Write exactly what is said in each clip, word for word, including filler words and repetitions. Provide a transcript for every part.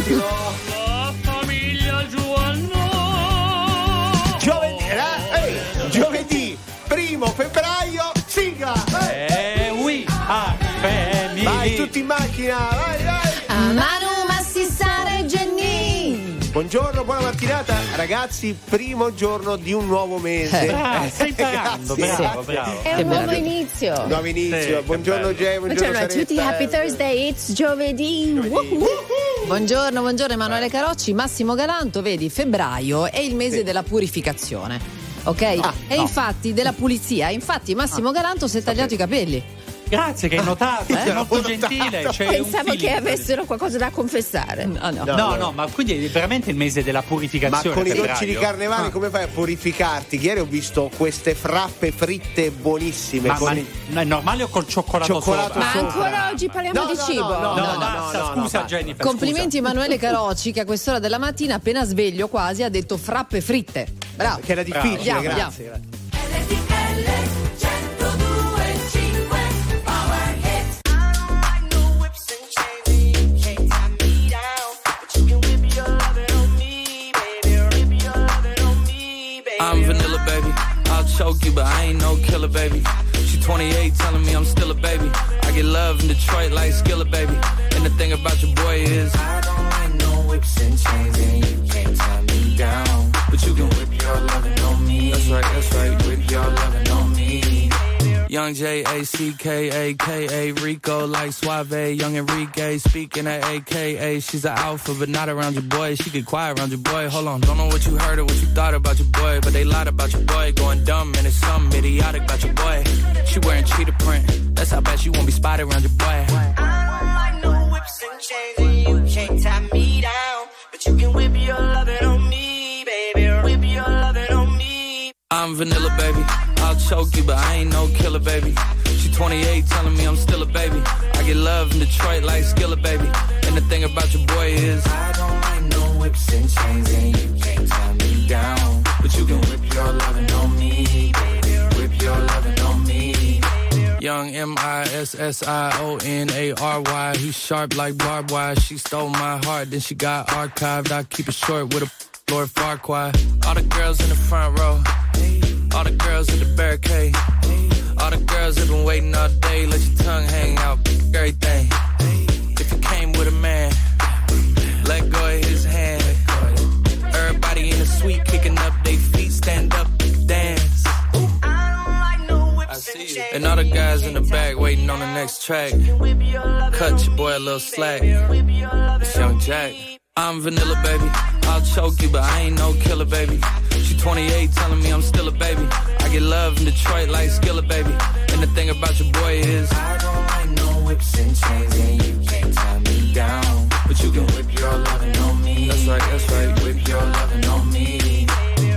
attimo. La famiglia Giovanno. Giovedì, eh? Ehi, giovedì, primo febbraio, sigla. Eh, oui, ah, family. Vai tutti in macchina, vai, vai. Manu Massissare Genni. Buongiorno, buona mattinata ragazzi, primo giorno di un nuovo mese. Ah, stai imparando, Grazie, bravo, grazie. bravo. È un nuovo inizio. Nuovo inizio, Sì, buongiorno che Jay, buongiorno Buongiorno a tutti, Saretta. happy Thursday, it's giovedì. Woohoo. Buongiorno, buongiorno Emanuele Carocci, Massimo Galanto, vedi, febbraio è il mese Sì. della purificazione, ok? Ah, e no. infatti della pulizia, infatti Massimo Galanto si è tagliato i capelli. Grazie che hai notato, Eh? è molto Ho notato. gentile. C'è Pensavo un che feeling. avessero qualcosa da confessare. No, no. No. No, no, ma quindi è veramente il mese della Ma purificazione. con i febbraio? dolci di carnevale Ah. come fai a purificarti? Ieri ho visto queste frappe fritte buonissime. Ma, con ma il- ma è normale o col cioccolato, Cioccolato sopra? Ma sopra. ancora oggi parliamo No, di no, cibo. no, no, No, no, basta, no, no, scusa no. Jennifer. Complimenti Emanuele Carocci che a quest'ora della mattina, appena sveglio quasi, ha detto frappe fritte. Bravo. Che era difficile, Bravo. grazie. I'm vanilla, baby. I'll choke you, but I ain't no killer, baby. She twenty-eight, telling me I'm still a baby. I get love in Detroit like Skilla, baby. And the thing about your boy is I don't like no whips and chains, and you can't tie me down. But you can whip your lovin' on me. That's right, that's right. Whip your lovin' on me. Young J A C K A K A Rico like Suave. Young Enrique speaking at A K A. She's an alpha, but not around your boy. She get quiet around your boy. Hold on, don't know what you heard or what you thought about your boy, but they lied about your boy. Going dumb and it's something idiotic about your boy. She wearing cheetah print. That's how bad you won't be spotted around your boy. I don't like no whips and chains, and you can't tie me down. But you can whip your lovin' on me, baby. Whip your lovin' on me. I'm vanilla, baby. I'll choke you, but I ain't no killer, baby. She twenty-eight, telling me I'm still a baby. I get love in Detroit like Skilla, baby. And the thing about your boy is I don't like no whips and chains, and you can't tie me down. But you can whip your lovin' on me, baby. Whip your lovin' on me. Young M I S S I O N A R Y. He's sharp like barbed wire. She stole my heart, then she got archived. I keep it short with a Lord Farquaad. All the girls in the front row. All the girls at the barricade. All the girls have been waiting all day. Let your tongue hang out, everything. If you came with a man, let go of his hand. Everybody in the suite kicking up their feet. Stand up, dance. I see you. And all the guys in the back waiting on the next track. Cut your boy a little slack. It's Young Jack. I'm vanilla, baby. I'll choke you, but I ain't no killer, baby. She twenty-eight, telling me I'm still a baby. I get love in Detroit like Skilla, baby. And the thing about your boy is I don't like no whips and chains, and you can't tie me down. But you can whip your lovin' on me. That's right, that's right. Whip your lovin' on me.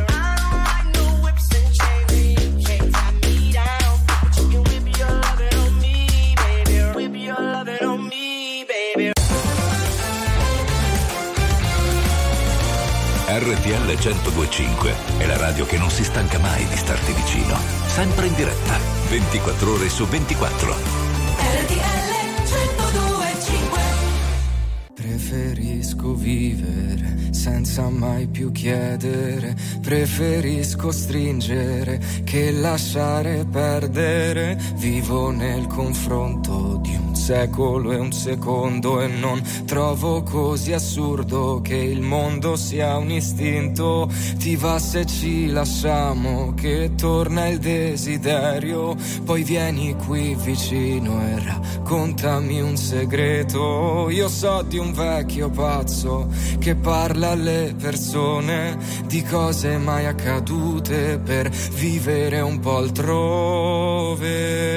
R T L centodue e cinque è la radio che non si stanca mai di starti vicino. Sempre in diretta, ventiquattro ore su ventiquattro. R T L centodue e cinque. Preferisco vivere senza mai più chiedere, preferisco stringere che lasciare perdere. Vivo nel confronto di un secolo e un secondo e non trovo così assurdo che il mondo sia un istinto. Ti va se ci lasciamo che torna il desiderio, poi vieni qui vicino e raccontami un segreto. Io so di un vecchio pazzo che parla alle persone di cose mai accadute per vivere un po' altrove.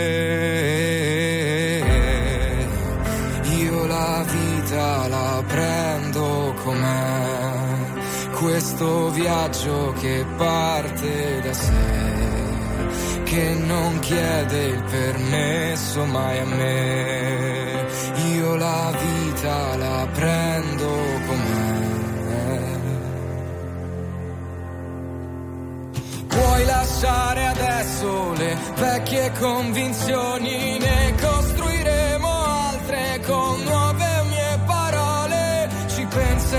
Io la vita la prendo com'è, questo viaggio che parte da sé, che non chiede il permesso mai a me. Io la vita la prendo com'è. Puoi lasciare adesso le vecchie convinzioni, ne costruiremo altre con nuove mie parole. Ci penso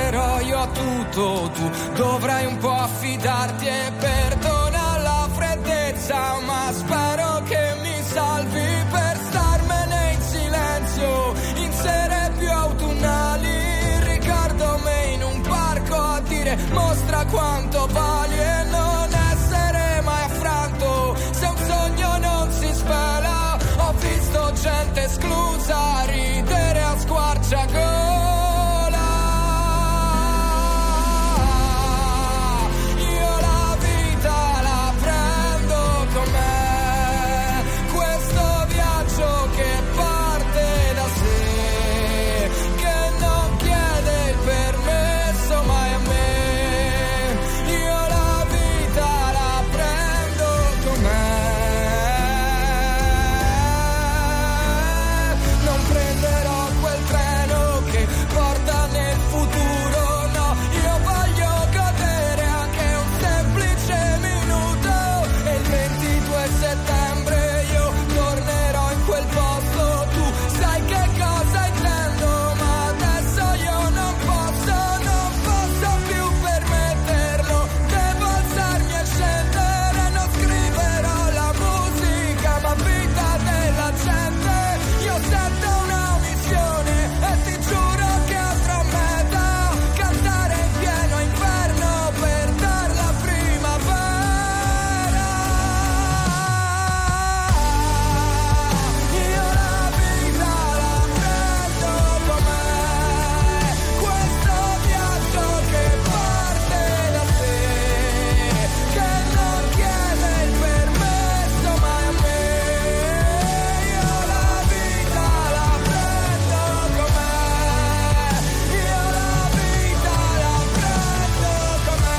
volta esclusa ridere a squarciagola. Io la vita la prendo con me, questo viaggio che parte da sé, che non chiede il permesso mai a me. Io la vita la prendo con me. Non prenderò quel treno che porta nel futuro, no, io voglio godere anche un semplice minuto. E il ventidue settembre io tornerò in quel posto, tu sai che cosa intendo, ma adesso io non posso, non posso più permetterlo. Devo alzarmi e scendere, non scriverò la musica, ma vita della gente. Io sento una missione e ti giuro che andrò a meta, cantare in pieno inverno per dar la primavera. Io la vita la prendo con me, questo viaggio che parte da sé, che non chiede il permesso mai a me. Io la vita la prendo con me, io la vita la prendo con me.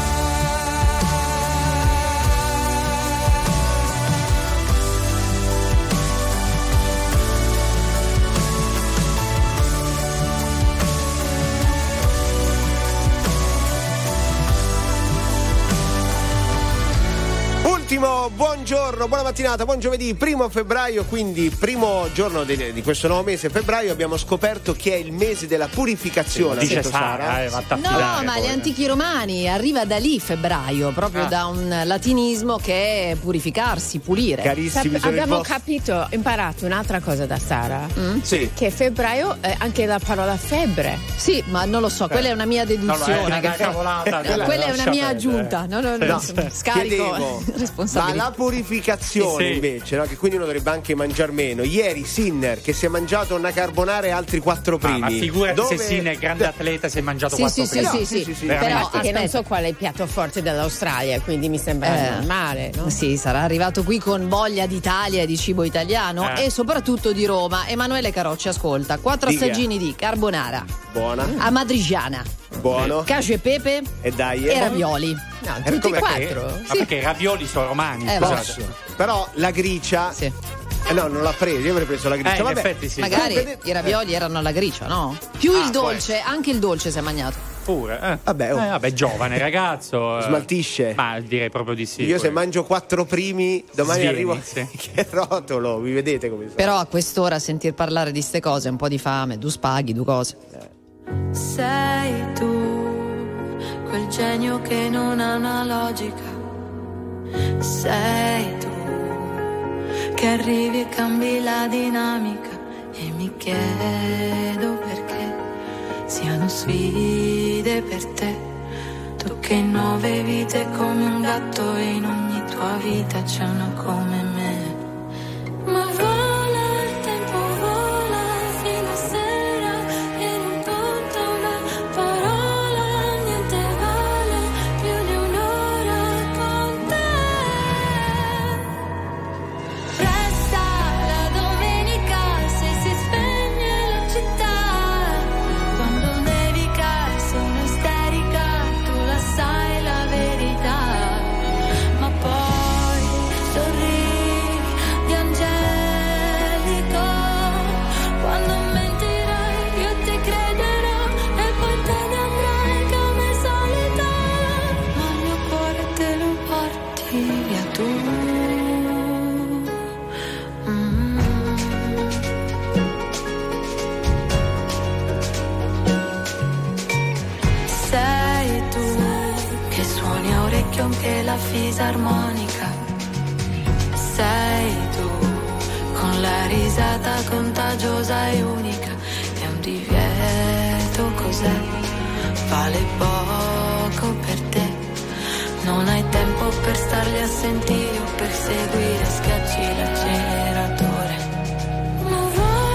Ultimo buongiorno, buona mattinata, buon giovedì, primo febbraio, quindi primo giorno di, di questo nuovo mese febbraio. Abbiamo scoperto che è il mese della purificazione. Dice detto Sara, eh, vatti a No, filare ma poi, gli eh. antichi romani arriva da lì febbraio, proprio Ah. da un latinismo che è purificarsi, pulire. Carissimi, Sap- sono il abbiamo vostro- capito, imparato un'altra cosa da Sara, Sì. che febbraio è anche la parola febbre. Sì, ma non lo so, quella è una mia No, no, è deduzione. una che fe- cavolata, No, quella è una lascia mia perdere. aggiunta. No, no, no, No, scarico chiedevo, ma responsabilità. la purificazione Sì, sì. invece, no? Che quindi uno dovrebbe anche mangiare meno. Ieri Sinner che si è mangiato una carbonara e altri quattro Ah, primi. ma figurati Dove- se Sinner, grande atleta, si è mangiato Sì, quattro sì, sì, primi. sì, sì, sì, sì. Però Veramente. Che non aspetta. so qual è il piatto forte dell'Australia, quindi mi sembra Eh. normale, no? Sì, sarà arrivato qui con voglia d'Italia e di cibo italiano Eh. e soprattutto di Roma. Emanuele Carocci, ascolta, quattro Dica. assaggini di carbonara, Buona, amatriciana, buono. cacio e pepe E dai, e eh. ravioli. No, Eh, tutti come e Perché, quattro. ma perché i ravioli sono romani, Eh, scusate. Posso. Però la gricia. Sì. Eh no, non l'ha preso, io avrei preso la gricia. Eh, in Vabbè. effetti sì. Magari Comunque- i ravioli erano alla gricia, no? Più Ah, il può dolce, anche il dolce si è mangiato. Pure, eh. Vabbè, oh. Eh, vabbè, giovane ragazzo. eh. Smaltisce. Ma direi proprio di sì. Io se poi. mangio quattro primi, domani Svieni, arrivo sì. che rotolo, vi vedete come sono. Però a quest'ora sentir parlare di ste cose, un po' di fame, due spaghi, due cose. Sei tu, quel genio che non ha una logica. Sei tu, che arrivi e cambi la dinamica. E mi chiedo perché siano sfide per te. Tu che in nove vite come un gatto e in ogni tua vita c'è una come me. Ma vola il tempo, vola fino a sera e non conta una parola, niente vale più di un'ora con te. Resta la domenica se si spegne la città, quando nevica sono isterica, tu la sai la verità, ma poi sorridi di angelico, quando mentirai io ti crederò e poi te ne andrai come solita, ma il mio cuore te lo porti via tu. Mm. Sei tu che suoni a orecchio anche la fisarmonica. Sei tu con la risata contagiosa e unica. È un divieto, cos'è? Vale poco per te. Non hai tempo per starli a sentire o per seguire, schiacci l'acceleratore. Ma vuoi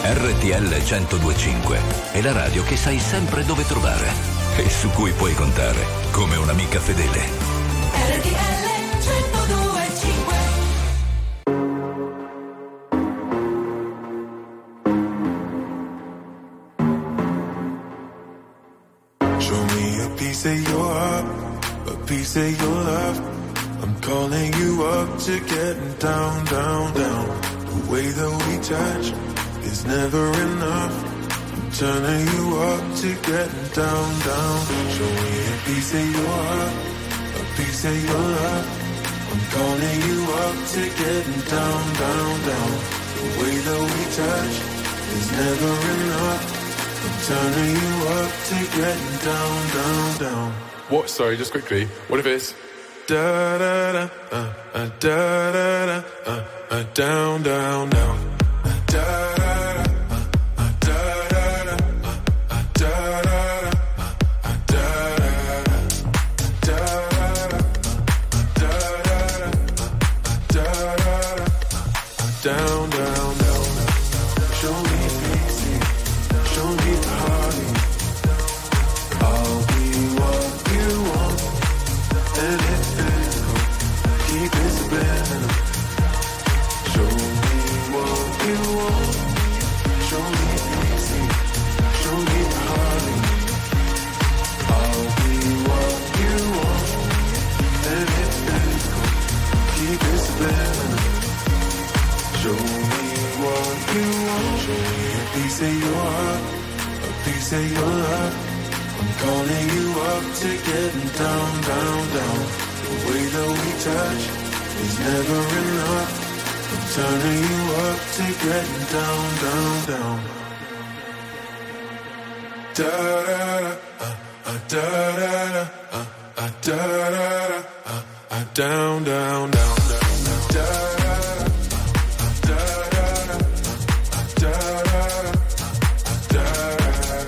R T L centodue e cinque è la radio che sai sempre dove trovare e su cui puoi contare come un'amica fedele. R T L centodue e cinque. Show me a piece of your heart, a piece of your love. I'm calling you up to getting down, down, down. The way that we touch is never enough. I'm turning you up to getting down, down. Show me a piece of your heart, a piece of your love. I'm calling you up to getting down, down, down. The way that we touch is never enough. I'm turning you up to getting down, down, down. What? Sorry, just quickly. What if it's da da da, uh, uh, da da da, uh, uh, down, down, down, uh, da da da, uh, uh, da da da, uh, uh, da da da, uh, uh, da da da, da da da, uh, da da da, uh, down, down, down. Show me easy, show me the heartache. I'll be what you want, and it's physical. Keep it subliminal. Show me what you want. Show me easy, show me the heartache. I'll be what you want, and it's physical. Keep it subliminal. Show me what you want. Show me a piece of your heart, a piece of your love. I'm calling you up to getting down, down, down. The way that we touch is never enough. I'm turning you up to getting down, down, down. Da da da, uh, uh, da da da, uh, uh, da da da, uh, uh, down, down, down, down, da da da, uh, da da da, uh, da da da, uh, da da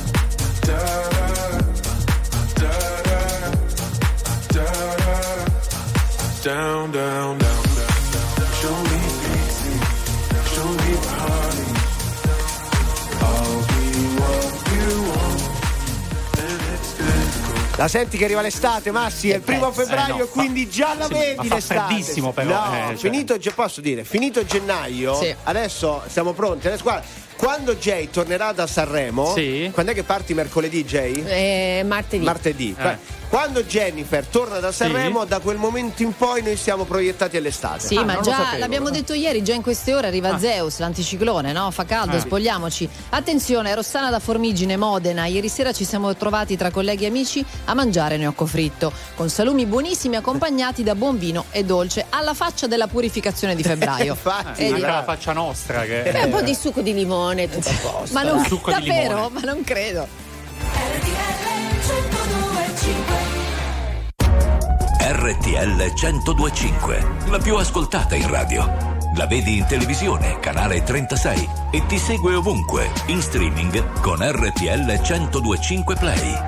da. Down, down, down, down. Show me easy, show me the heartache. I'll be what you want, and it's physical. La senti che arriva l'estate, Massi? È il primo febbraio, Eh, no, quindi fa- già la sì, vedi ma fa l'estate. freddissimo però, No, eh, cioè. finito, ge- posso dire, finito gennaio, Sì. adesso siamo pronti. Adesso, guarda, quando Jay tornerà da Sanremo, Sì. quando è che parti mercoledì, Jay? Eh, martedì. Martedì. Eh. Quando Jennifer torna da Sanremo, da quel momento in poi noi siamo proiettati all'estate. Sì, Ah, ma non lo già sapevo, l'abbiamo eh. detto ieri, già in queste ore arriva Ah. Zeus, l'anticiclone, no? Fa caldo, Ah. spogliamoci. Attenzione, Rossana da Formigine, Modena. Ieri sera ci siamo trovati tra colleghi e amici a mangiare gnocco fritto, con salumi buonissimi accompagnati da buon vino e dolce, alla faccia della purificazione di febbraio. Infatti, E Anche di- la faccia nostra che Beh, un po' di succo di limone, tutto a posto. ma non succo di davvero, limone. ma non credo. R T L centodue e cinque. R T L centodue e cinque, la più ascoltata in radio. La vedi in televisione, canale trentasei, e ti segue ovunque, in streaming con R T L centodue e cinque Play.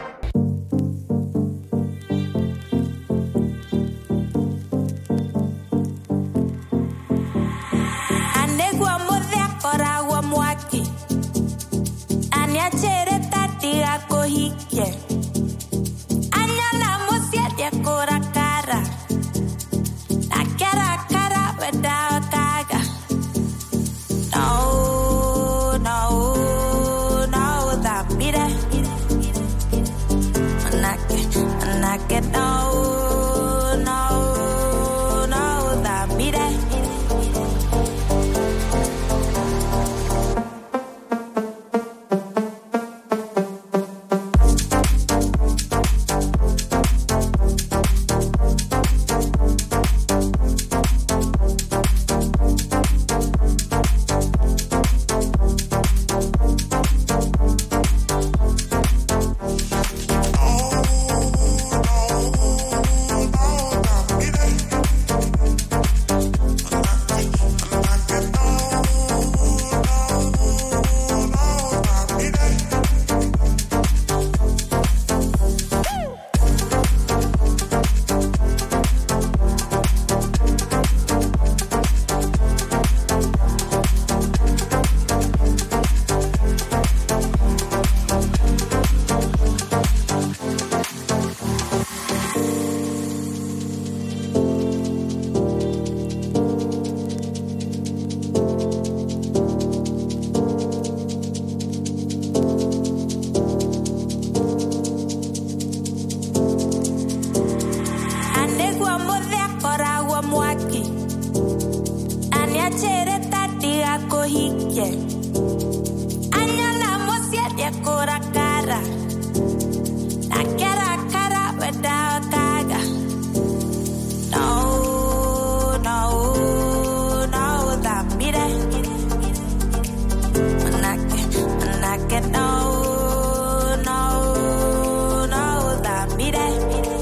Anegua modea koragua mwaki. Aniachere tati akohike. Anyana mosia kora cara. Akara cara weda kaga. No, no, no, that mire. Anake, anake, no, no, no, that mire. Oh, hike. Anyala mosia dia kora kara. Nakera kara without kaga. No, no, no, da mire. Manake, manake, no, no, no, da mire.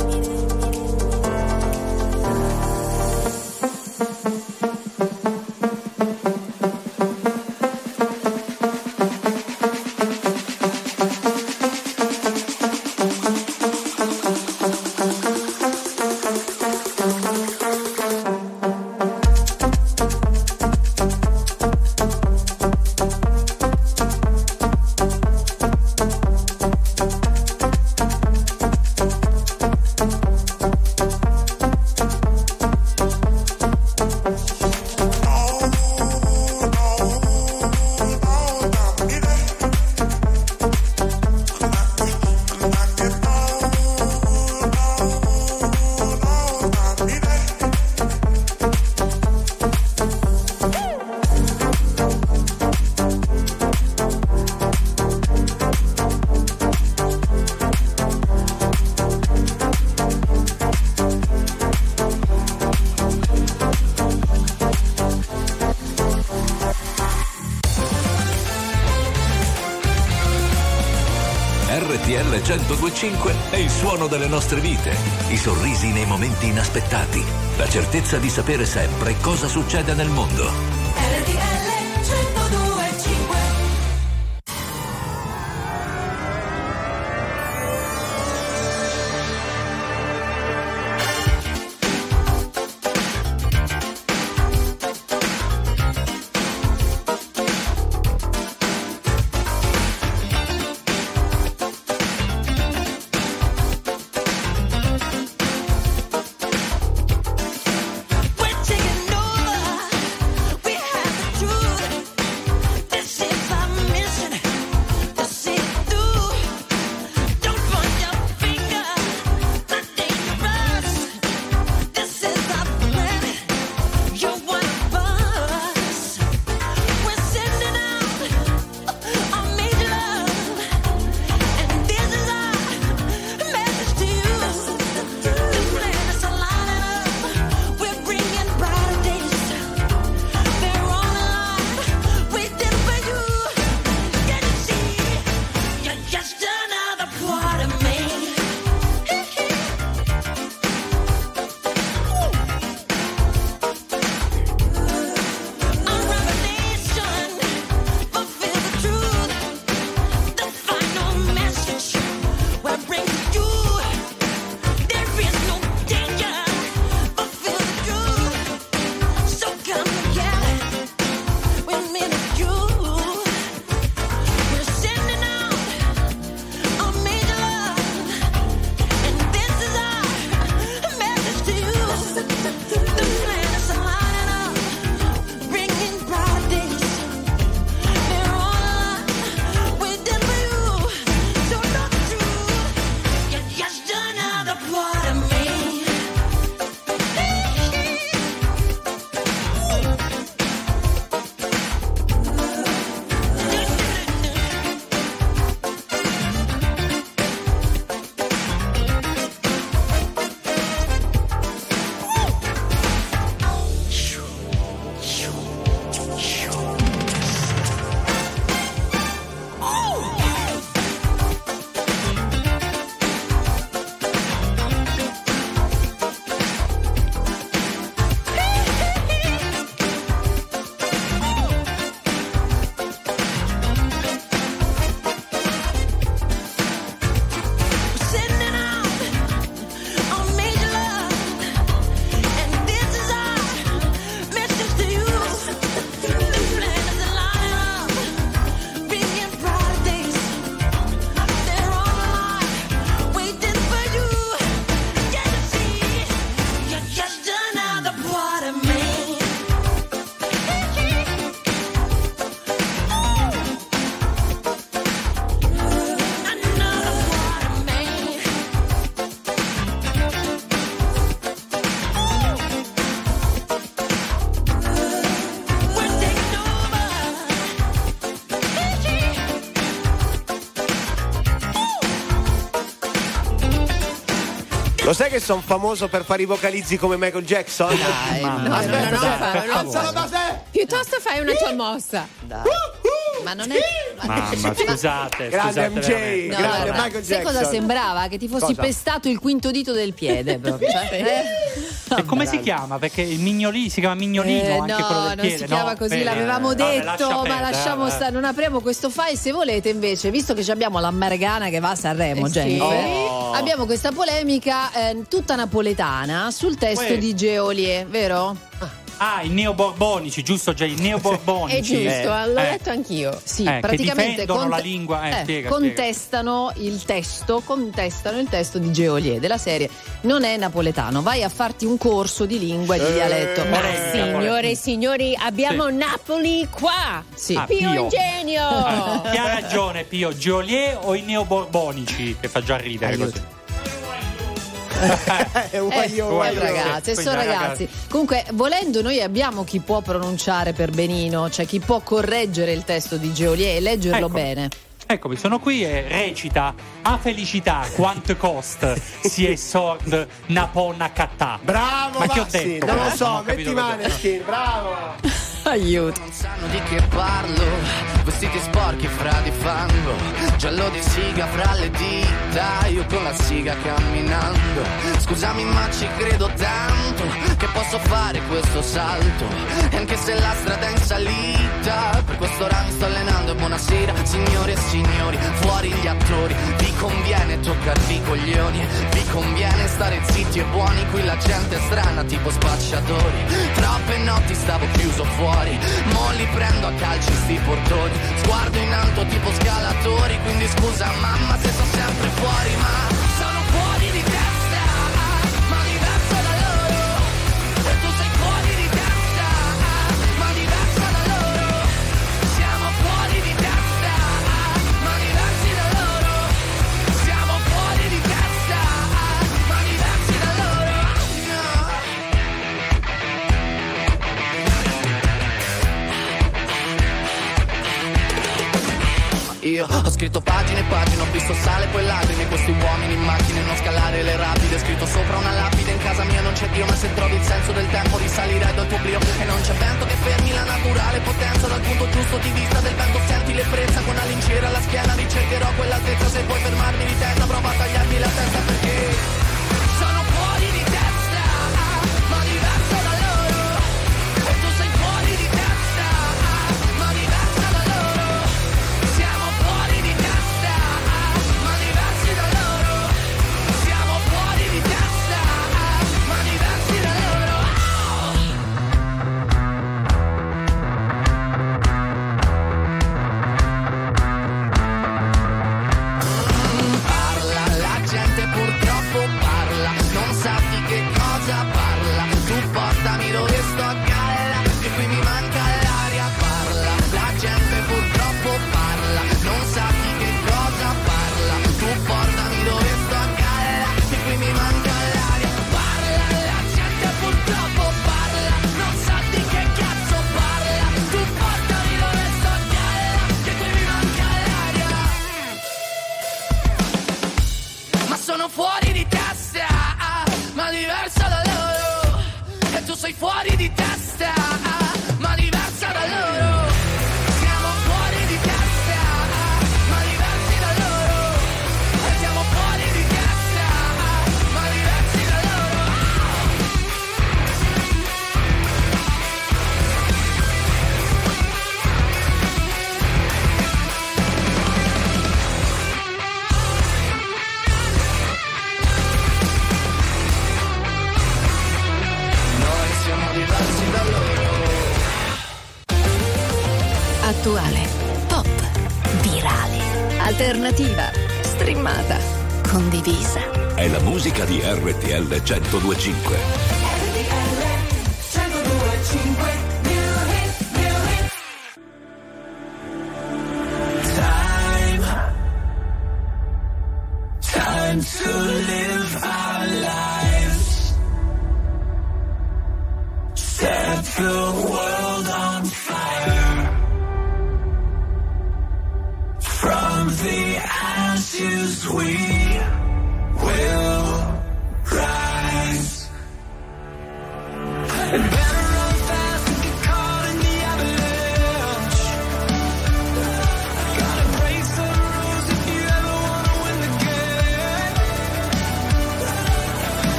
R T L centodue e cinque è il suono delle nostre vite, i sorrisi nei momenti inaspettati, la certezza di sapere sempre cosa succede nel mondo. R T L centodue e cinque. We're taking over. We Lo sai che sono famoso per fare i vocalizzi come Michael Jackson? Dai, Ma- no, Aspetta, no, no, aspetta, no, no, alza la base! Piuttosto fai una tua mossa. Dai. Ma non è. Mamma, scusate, Grande scusate M J, veramente. No, grande guarda, Michael sai Jackson. cosa sembrava? Che ti fossi Cosa? pestato il quinto dito del piede proprio. Cioè, eh? E come si chiama? Perché il mignolino si chiama mignolino Eh, anche no, quello del non piede. si chiama no? così, Bene. l'avevamo Vabbè, detto, lascia ma perdere, lasciamo vabbè. stare, non apriamo questo file. Se volete invece, visto che ci abbiamo la Margana che va a Sanremo, Eh sì. Jennifer, Oh. abbiamo questa polemica eh, tutta napoletana sul testo Uè. di Geolier, vero? Ah, i neoborbonici, giusto Jay? I neoborbonici. È giusto, Eh, l'ho eh. detto anch'io. Sì, Eh, che praticamente difendono la lingua, eh, spiega, contestano il testo, contestano il testo di Geolier della serie. Non è napoletano, vai a farti un corso di lingua e di Eh, dialetto. ma Ma sì. Signore e signori, abbiamo Sì. Napoli qua. Sì. Ah, Pio Pio. Ingenio. Eh, chi ha ragione, Pio? Geolier o i neoborbonici? Che fa già ridere Aiuto. così. È un Eh, guaglione. eh, guaglione. ragazzi, Sì, sono quindi, ragazzi. Comunque, volendo, noi abbiamo chi può pronunciare per benino, cioè chi può correggere il testo di Geolier e leggerlo Ecco. bene. Eccomi, sono qui e recita a felicità quant cost si è sord naponna cattà. Bravo, Ma che ho Massi, detto? non lo Non so, ho capito metti che ho Maneskin, bravo. Aiuto. Non sanno di che parlo, vestiti sporchi fra di fango, giallo di siga fra le dita, io con la siga camminando. Scusami ma ci credo tanto, che posso fare questo salto, e anche se la strada è in salita, per questo ora mi sto allenando e buonasera signore e signori, fuori gli attori, vi conviene toccarvi i coglioni, vi conviene stare zitti e buoni, qui la gente è strana tipo spacciatori, troppe notti stavo chiuso fuori, mo li prendo a calci sti portoni, sguardo in alto tipo scalatori, quindi scusa mamma se sono sempre fuori, ma sono fuori di testa, ma diverso da loro, e tu sei fuori di testa, ma diverso da loro, siamo fuori di testa, ma diversi da loro, siamo fuori di testa, ma diversi da loro. Io ho scritto pagine e pagine, ho visto sale poi lacrime, questi uomini in macchine, non scalare le rapide, scritto sopra una lapide, in casa mia non c'è Dio, ma se trovi il senso del tempo risalirai dal tuo brio, e non c'è vento che fermi la naturale potenza, dal punto giusto di vista del vento senti l'ebbrezza, con la lincera alla schiena ricercherò quell'altezza, se vuoi fermarmi di testa prova a tagliarmi la testa, perché sono fuori di testa, ma diverso da loro, e tu sei fuori di testa, ma diverso da loro, siamo fuori di testa, ma diversi da loro, siamo fuori di testa, ma diversi da loro. Parla, la gente purtroppo parla, non sa di che cosa parla, tu portami dove sto a galla, che qui mi manca l'aria, parla, la gente purtroppo parla, non sa di che cosa parla, tu portami dove sto a galla, che qui mi manca l'aria, parla, la gente purtroppo parla, non sa di che cazzo parla, tu portami dove sto a galla, che qui mi manca l'aria. Ma sono fuori di testa, ma diversa da loro, e tu sei fuori di testa, ma diversa da loro, siamo fuori di testa, ma diversi da loro, e siamo fuori di testa, ma diversi da loro. Noi siamo diversi da loro. Attuale, pop, virale, alternativa, streamata, condivisa. È la musica di R T L centodue e cinque. Time, time to live our lives. Set the world on fire. From the ashes we will rise.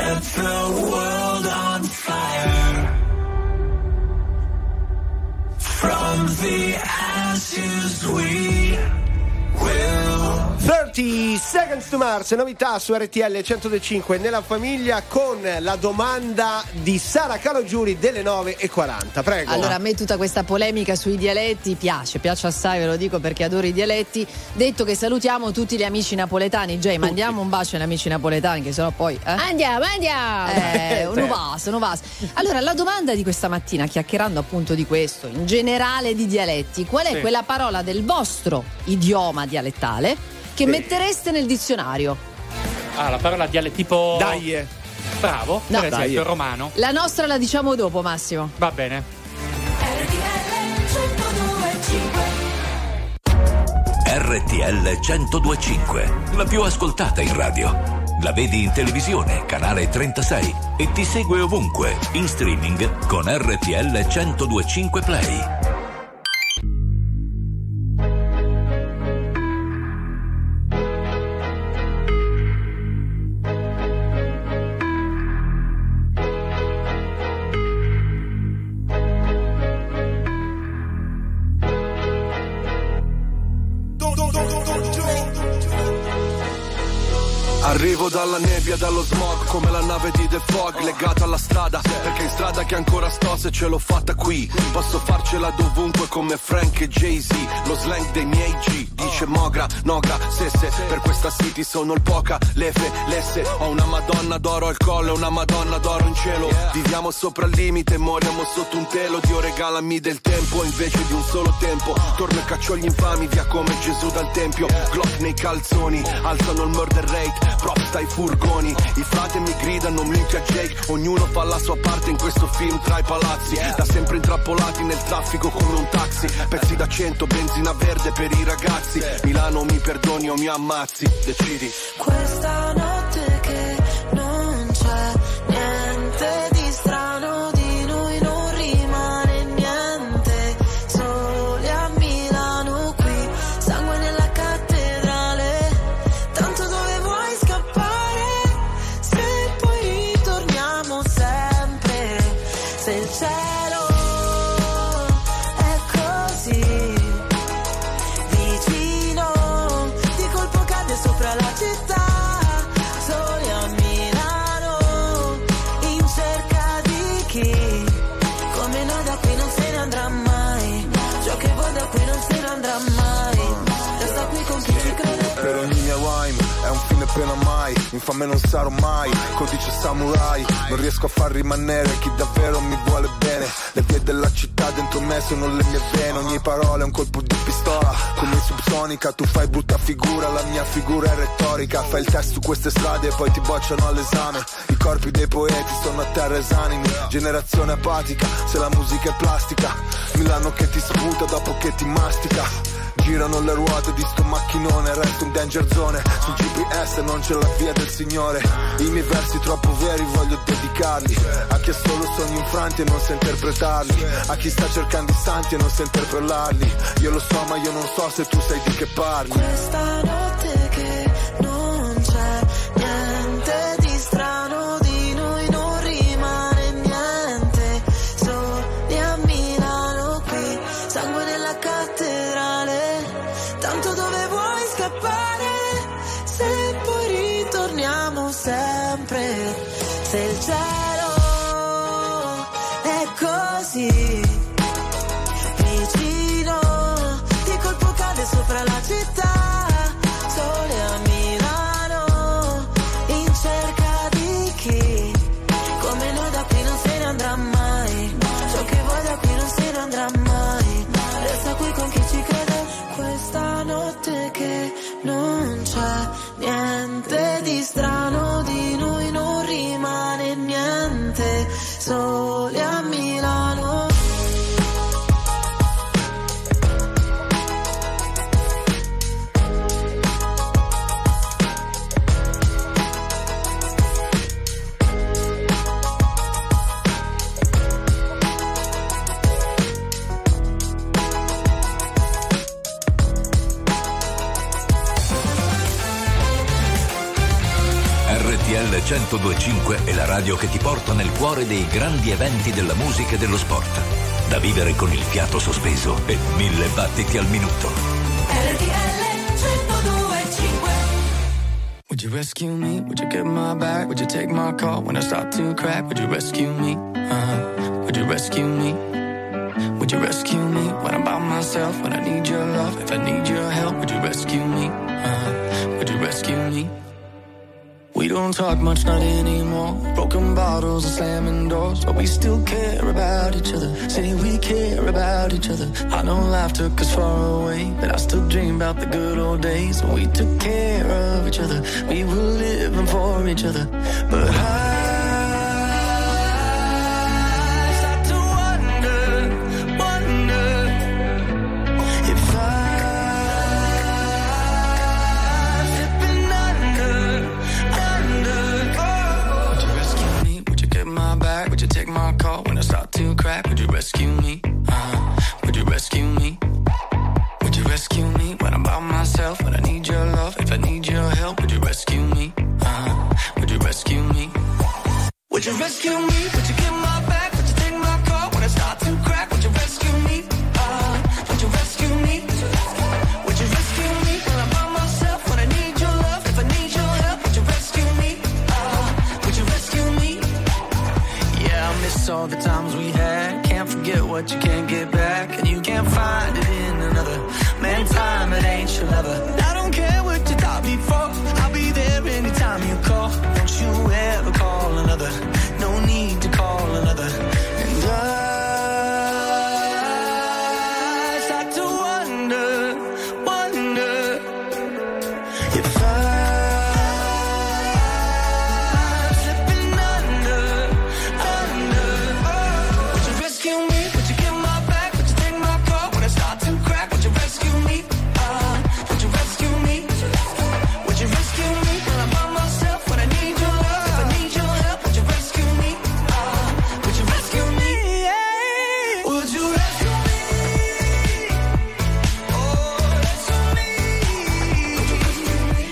set the world on fire. From the ashes we will. thirty Seconds to Mars, novità su R T L centodue e cinque nella famiglia, con la domanda di Sara Calogiuri delle nove e quaranta. Prego. Allora, a me tutta questa polemica sui dialetti piace, piace assai, ve lo dico perché adoro i dialetti. Detto che salutiamo tutti gli amici napoletani. Jay, mandiamo un bacio agli amici napoletani, che sennò poi eh? Andiamo, andiamo. Eh, un vaso, un vaso. Allora, la domanda di questa mattina, chiacchierando appunto di questo, in generale di dialetti, qual è sì. quella parola del vostro idioma dialettale che sì. mettereste nel dizionario? Ah, la parola dialetto tipo. Dai. Bravo, No. per esempio, Dai. romano. La nostra la diciamo dopo, Massimo. Va bene. R T L centodue e cinque, la più ascoltata in radio. La vedi in televisione, canale trentasei, e ti segue ovunque, in streaming con R T L centodue e cinque Play. Arrivo dalla nebbia, dallo smog, come la nave di The Fog, legata alla strada, perché in strada che ancora sto, se ce l'ho fatta qui. Posso farcela dovunque come Frank e Jay-Z, lo slang dei miei G. Dice Mogra, Nogra, Sesse, per questa city sono il poca, lefe, lesse. Ho una madonna d'oro al collo e una madonna d'oro in cielo. Viviamo sopra il limite, moriamo sotto un telo. Dio regalami del tempo invece di un solo tempo. Torno e caccio gli infami via come Gesù dal tempio. Glock nei calzoni, alzano il murder rate, props dai furgoni. I frate mi gridano minchia Jake, ognuno fa la sua parte in questo film tra i palazzi. Da sempre intrappolati nel traffico come un taxi, pezzi da cento, benzina verde per i ragazzi. Milano mi perdoni o mi ammazzi, decidi. Questa notte che non c'è niente di strano, di noi non rimane niente, soli a Milano qui, sangue nella cattedrale, tanto dove vuoi scappare, se poi ritorniamo sempre, se il cielo è così sopra la città, soli a Milano, in cerca di chi, come noi da qui non se ne andrà mai, ciò che vuoi da qui non se ne andrà mai, resta qui con chi ci crede. Per ogni mia rhyme è un fine pena mai, infame non sarò mai, codice samurai, non riesco a far rimanere chi davvero mi vuole bene, le vie della città dentro me sono le mie vene, ogni parola è un colpo di pistola, come in subsonica tu fai brutta figura, la mia figura è retorica, fai il test su queste strade e poi ti bocciano all'esame, i corpi dei poeti sono a terra esanimi, generazione apatica, se la musica è plastica, Milano che ti sputa dopo che ti mastica. Girano le ruote di sto macchinone, resto in danger zone, sul G P S non c'è la via del Signore, i miei versi troppo veri voglio dedicarli, a chi ha solo sogni infranti e non sa interpretarli, a chi sta cercando i santi e non sa interpellarli, io lo so ma io non so se tu sai di che parli. Questa notte che non c'è niente di strano, di noi non rimane niente, soli a Milano qui, sangue nella cattedrale, tanto dove vuoi scappare, se poi ritorniamo sempre, se il cielo è così vicino, di colpo cade sopra la città, sole a Milano, in cerca di chi, come noi da qui non se ne andrà mai, ciò che vuoi da qui non se ne andrà mai, resta qui con chi ci crede. Questa notte che non c'è niente di strano, di noi non rimane niente, soli a Milano. R T L centodue e cinque è la radio che ti porta nel cuore dei grandi eventi della musica e dello sport. Da vivere con il fiato sospeso e mille battiti al minuto. R T L centodue e cinque. Would you rescue me? Would you get my back? Would you take my call when I start to crack? Would you rescue me? Uh-huh. Would you rescue me? Would you rescue me when I'm by myself? When I need your love, if I need your help, would you rescue me? Uh-huh. Would you rescue me? We don't talk much, not anymore. Broken bottles and slamming doors, but we still care about each other. Say we care about each other. I know life took us far away, but I still dream about the good old days when we took care of each other. We were living for each other. But I start to wonder, wonder if I'm slipping under. Would you rescue me? Would you get my back? Would you take my call when I start to crack? Would you rescue me? Uh-huh. Would you rescue me? Would you rescue me when I'm by myself? When I need your love, if I need your help, would you rescue me? Uh-huh. Would you rescue me? Would you rescue me? Would you get my back? Would you take my call when I start to crack? Would you rescue me? Uh-huh. Would you rescue me? Would you rescue me when I'm by myself? When I need your love, if I need your help, would you rescue me? Would you rescue me? Yeah, I miss all the times we had. Can't forget what you can't get back, and you can't find it in another. Man, time, it ain't your lover. I don't care what you thought before. I'll be there anytime you call. Don't you ever call another. No need to call another. And I start to wonder, wonder if I'm slipping under, under. Would you rescue me? Would you get my back? Would you take my call when I start to crack? Would you rescue me? Uh, would you rescue me? Would you rescue me when I'm by myself? When I need your love, if I need your help, would you rescue me? Uh, would you rescue me? Yeah. Would you rescue me? Oh, rescue me. Would you rescue me?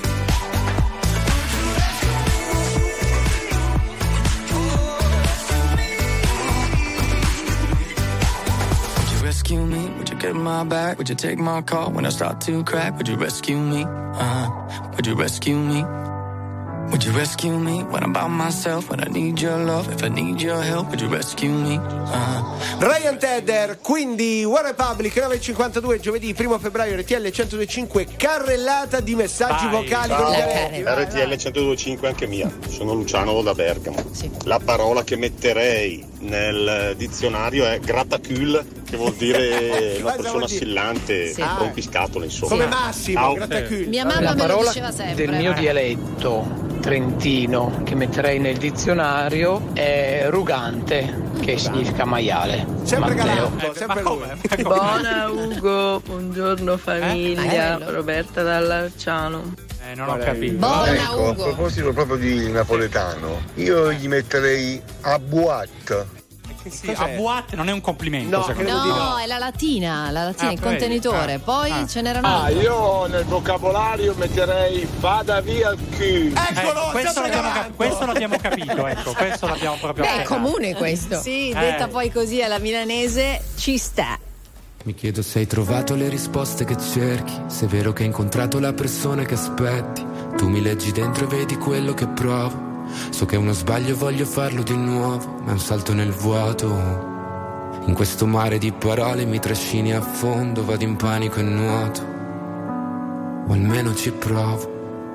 Would you rescue me? Would you get my back? Would you take my call when I start to crack? Would you rescue me? Uh-huh. Would you rescue me? Would you rescue me when I'm by myself? When I need your love, if I need your help, would you rescue me? Uh-huh. Ryan Tedder, quindi One Republic nove e cinquantadue, giovedì primo febbraio, R T L centodue e cinque, carrellata di messaggi Vai. vocali Ciao. con gli La eventi. R T L centodue e cinque anche mia, sono Luciano da Bergamo. Sì. La parola che metterei nel dizionario è grattacul, che vuol dire una persona assillante, Sì. rompiscatole, insomma. Come Massimo, Ciao. grattacul. Mia mamma La me lo parola diceva sempre. del mio dialetto trentino che metterei nel dizionario è rugante, che significa maiale. Sempre Matteo. galanto, sempre lui. Buona Ugo, buongiorno famiglia, Eh? Roberta dall'Arciano. Eh, non ho capito. Buona Ecco, a Ugo. proposito proprio di napoletano, io gli metterei a boîte. Sì, a boîte non è un complimento, No, secondo credo me. di No, è la latina, la latina, Ah, il vedi? contenitore. Ah. Poi Ah. ce n'erano Ah, altri. io nel vocabolario metterei vada via il cul. Eccolo, Eh, questo, stiamo l'abbiamo, cap- parlando. questo l'abbiamo capito, ecco, questo l'abbiamo proprio Beh, è affermato. comune questo. Sì, Eh. detta poi così alla milanese ci sta. Mi chiedo se hai trovato le risposte che cerchi, se è vero che hai incontrato la persona che aspetti. Tu mi leggi dentro e vedi quello che provo. So che è uno sbaglio e voglio farlo di nuovo, ma è un salto nel vuoto. In questo mare di parole mi trascini a fondo, vado in panico e nuoto, o almeno ci provo.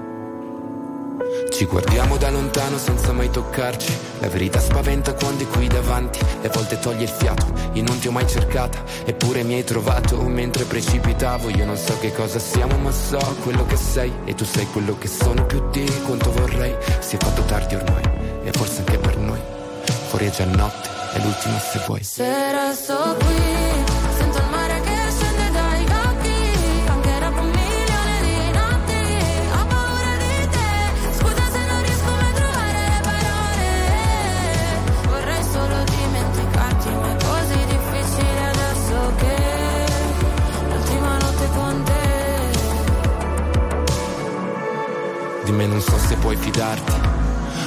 Ci guardiamo da lontano senza mai toccarci. La verità spaventa quando è qui davanti, e a volte toglie il fiato. Io non ti ho mai cercata, eppure mi hai trovato mentre precipitavo. Io non so che cosa siamo, ma so quello che sei, e tu sei quello che sono più di quanto vorrei. Si è fatto tardi ormai, e forse anche per noi. Fuori è già notte, è l'ultima se vuoi. Se resto qui, sento il mare che scende dai occhi, anche dopo un milione di notti, ho paura di te, scusa se non riesco mai a trovare le parole, vorrei solo dimenticarti, ma è così difficile adesso che l'ultima notte con te. Di me non so se puoi fidarti,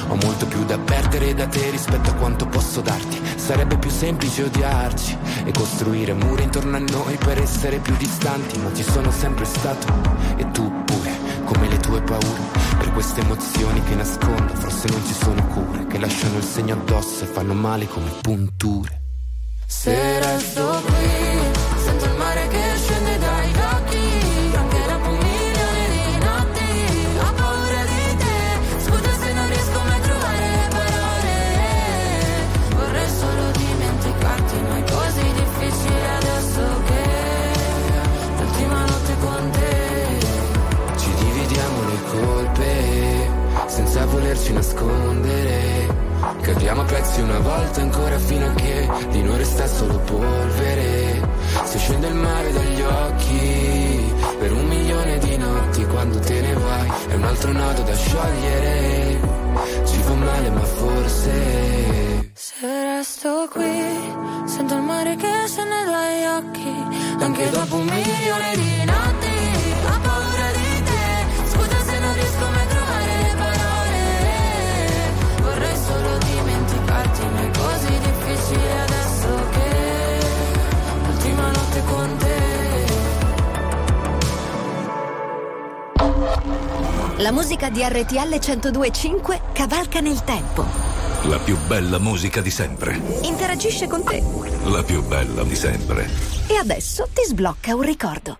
Ho molto più da perdere da te rispetto a quanto posso darti. Sarebbe più semplice odiarci e costruire mura intorno a noi per essere più distanti, ma ci sono sempre stato e tu pure, come le tue paure. Per queste emozioni che nascondo forse non ci sono cure, che lasciano il segno addosso e fanno male come punture. Se resto qui, sento il mare che scende dai occhi, anche dopo un milione di notti. Ho paura di te, scusa se non riesco mai a trovare le parole. Vorrei solo dimenticarti, ma è così difficile adesso che l'ultima notte con te. Ci dividiamo le colpe senza volerci nascondere. Cadiamo a pezzi una volta ancora fino a che di noi resta solo polvere. Se scende il mare dagli occhi per un milione di notti, quando te ne vai è un altro nodo da sciogliere. Ci fa male ma forse se resto qui, sento il mare che scende dagli occhi, anche dopo un milione di notti. Ho paura di te, scusa se non riesco mai a trovare le parole. Vorrei solo dimenticarti, ma è così difficile adesso che l'ultima notte con te. La musica di R T L centodue e cinque cavalca nel tempo. La più bella musica di sempre. Interagisce con te. La più bella di sempre. E adesso ti sblocca un ricordo.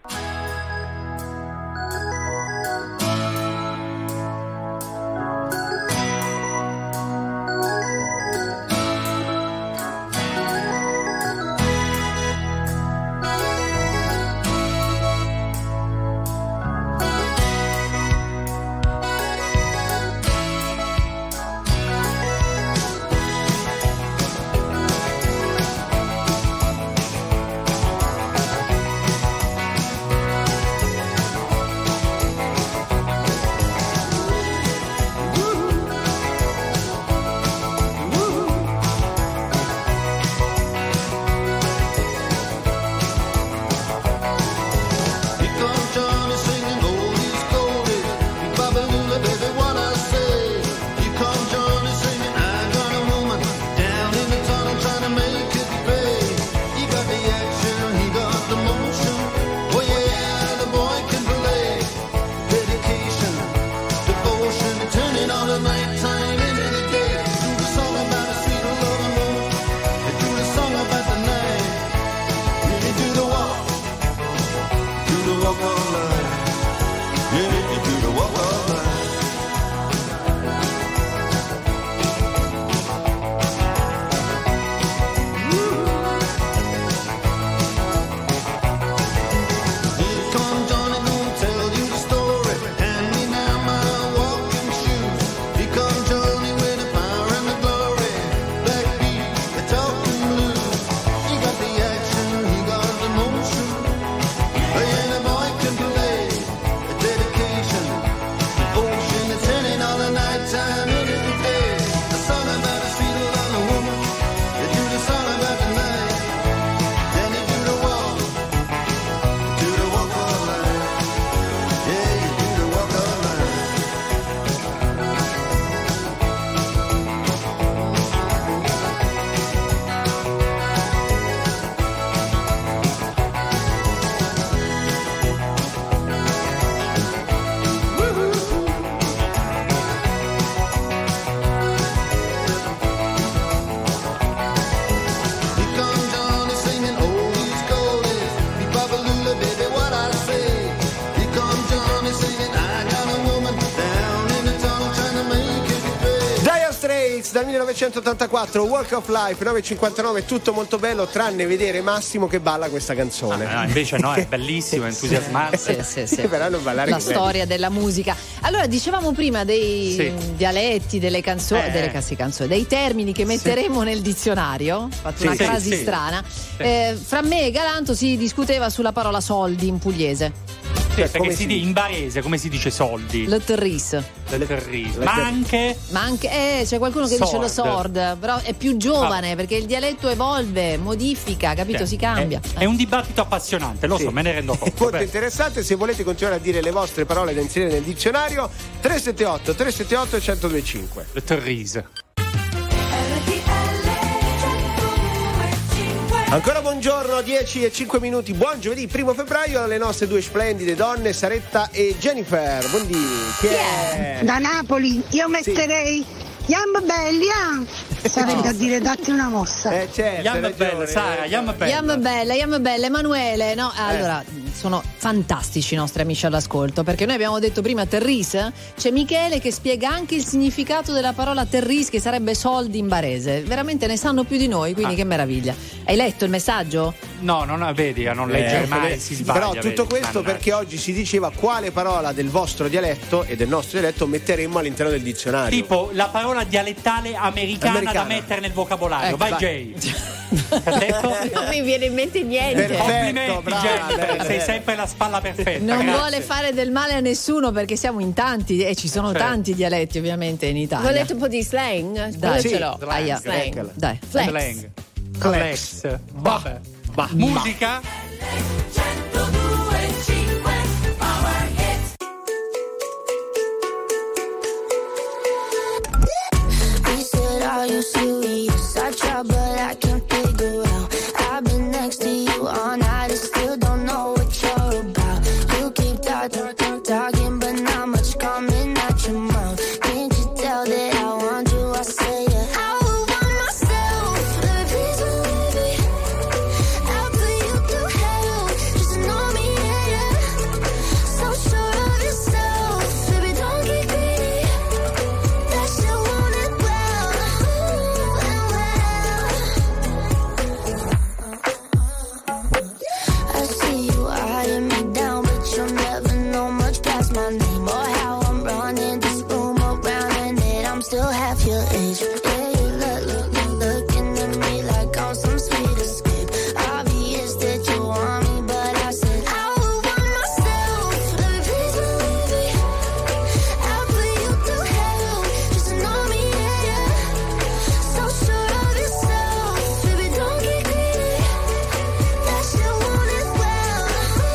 Dal millenovecentottantaquattro, Walk of Life, nove e cinquantanove, tutto molto bello tranne vedere Massimo che balla questa canzone. Ah, no, invece no, è bellissimo, è entusiasmante. Sì, sì, sì. Però non ballare la che storia bello. della musica. Allora, dicevamo prima dei Sì. dialetti, delle canzoni, Eh. delle cassi canzoni, dei termini che metteremo nel dizionario. Ho fatto Sì, una sì, frasi sì. strana. Sì. Eh, fra me e Galanto si discuteva sulla parola soldi in pugliese. Sì, Cioè, perché come si si di- in barese come si dice soldi? Le terris. Le terris. Le Ma ter- anche Ma anche eh, c'è qualcuno che dice lo Sord. sord, però è più giovane perché il dialetto evolve, modifica, capito? Cioè, Si cambia. È, è un dibattito appassionante, lo Sì. so, me ne rendo conto. Molto Beh, interessante. Se volete continuare a dire le vostre parole da inserire nel dizionario, tre sette otto tre sette otto uno zero due cinque. Le terris. Ancora buongiorno, dieci e cinque minuti, buon giovedì, primo febbraio, alle nostre due splendide donne, Saretta e Jennifer. Buondì, chi è? Da Napoli io metterei Yam Belli, ah. Sarebbe a dire datti una mossa. Eh certo, Yam hai ragione, bella, Sara, hai Yam ragione. bella. Yam bella, Yam bella, Emanuele, no? Eh. Allora, sono fantastici i nostri amici all'ascolto, perché noi abbiamo detto prima terris, c'è Michele che spiega anche il significato della parola terris, che sarebbe soldi in barese. Veramente ne sanno più di noi, quindi Ah. che meraviglia. Hai letto il messaggio? No, non vedi, a non leggere Eh, mai vedi. si sbaglia. Però tutto vedi. questo Mannaggia. perché oggi si diceva quale parola del vostro dialetto e del nostro dialetto metteremmo all'interno del dizionario. Tipo la parola dialettale americana, Americana. da mettere nel vocabolario. Ecco, vai, vai. Jay. Ha detto? Non mi viene in mente niente. Perfetto. Complimenti, brava, Jennifer, bene, sei bene. sempre la spalla perfetta. Non grazie. vuole fare del male a nessuno perché siamo in tanti e ci sono Certo. tanti dialetti ovviamente in Italia. Volete un po' di slang? Dai. Quello Sì, ce l'ho. slang, Aia. eccola. Dai. Flex. Slang. Flex. Flex. Vabbè. Bah. Musica? He said, are you serious? I try, but I can't figure out. I've been next to you all night and still don't know what you're about. You keep talking, talking, but not much coming out your mouth. Can't you tell that I want you? I say it. I would want myself. Baby, please believe me. I'll put you through hell. Just to know me, yeah, yeah. So sure of yourself. Baby, don't get greedy. That shit won't end well. I see you eyeing me down, but you'll never know much past my name or how I'm running this room around, and that I'm still half your age. Yeah, you look, look, look, looking at me like I'm some sweet escape. Obvious that you want me, but I said I would want myself. Baby, please believe me. I'll put you through hell just to know me, yeah, yeah. So sure of yourself, baby, don't get greedy. That shit won't end well.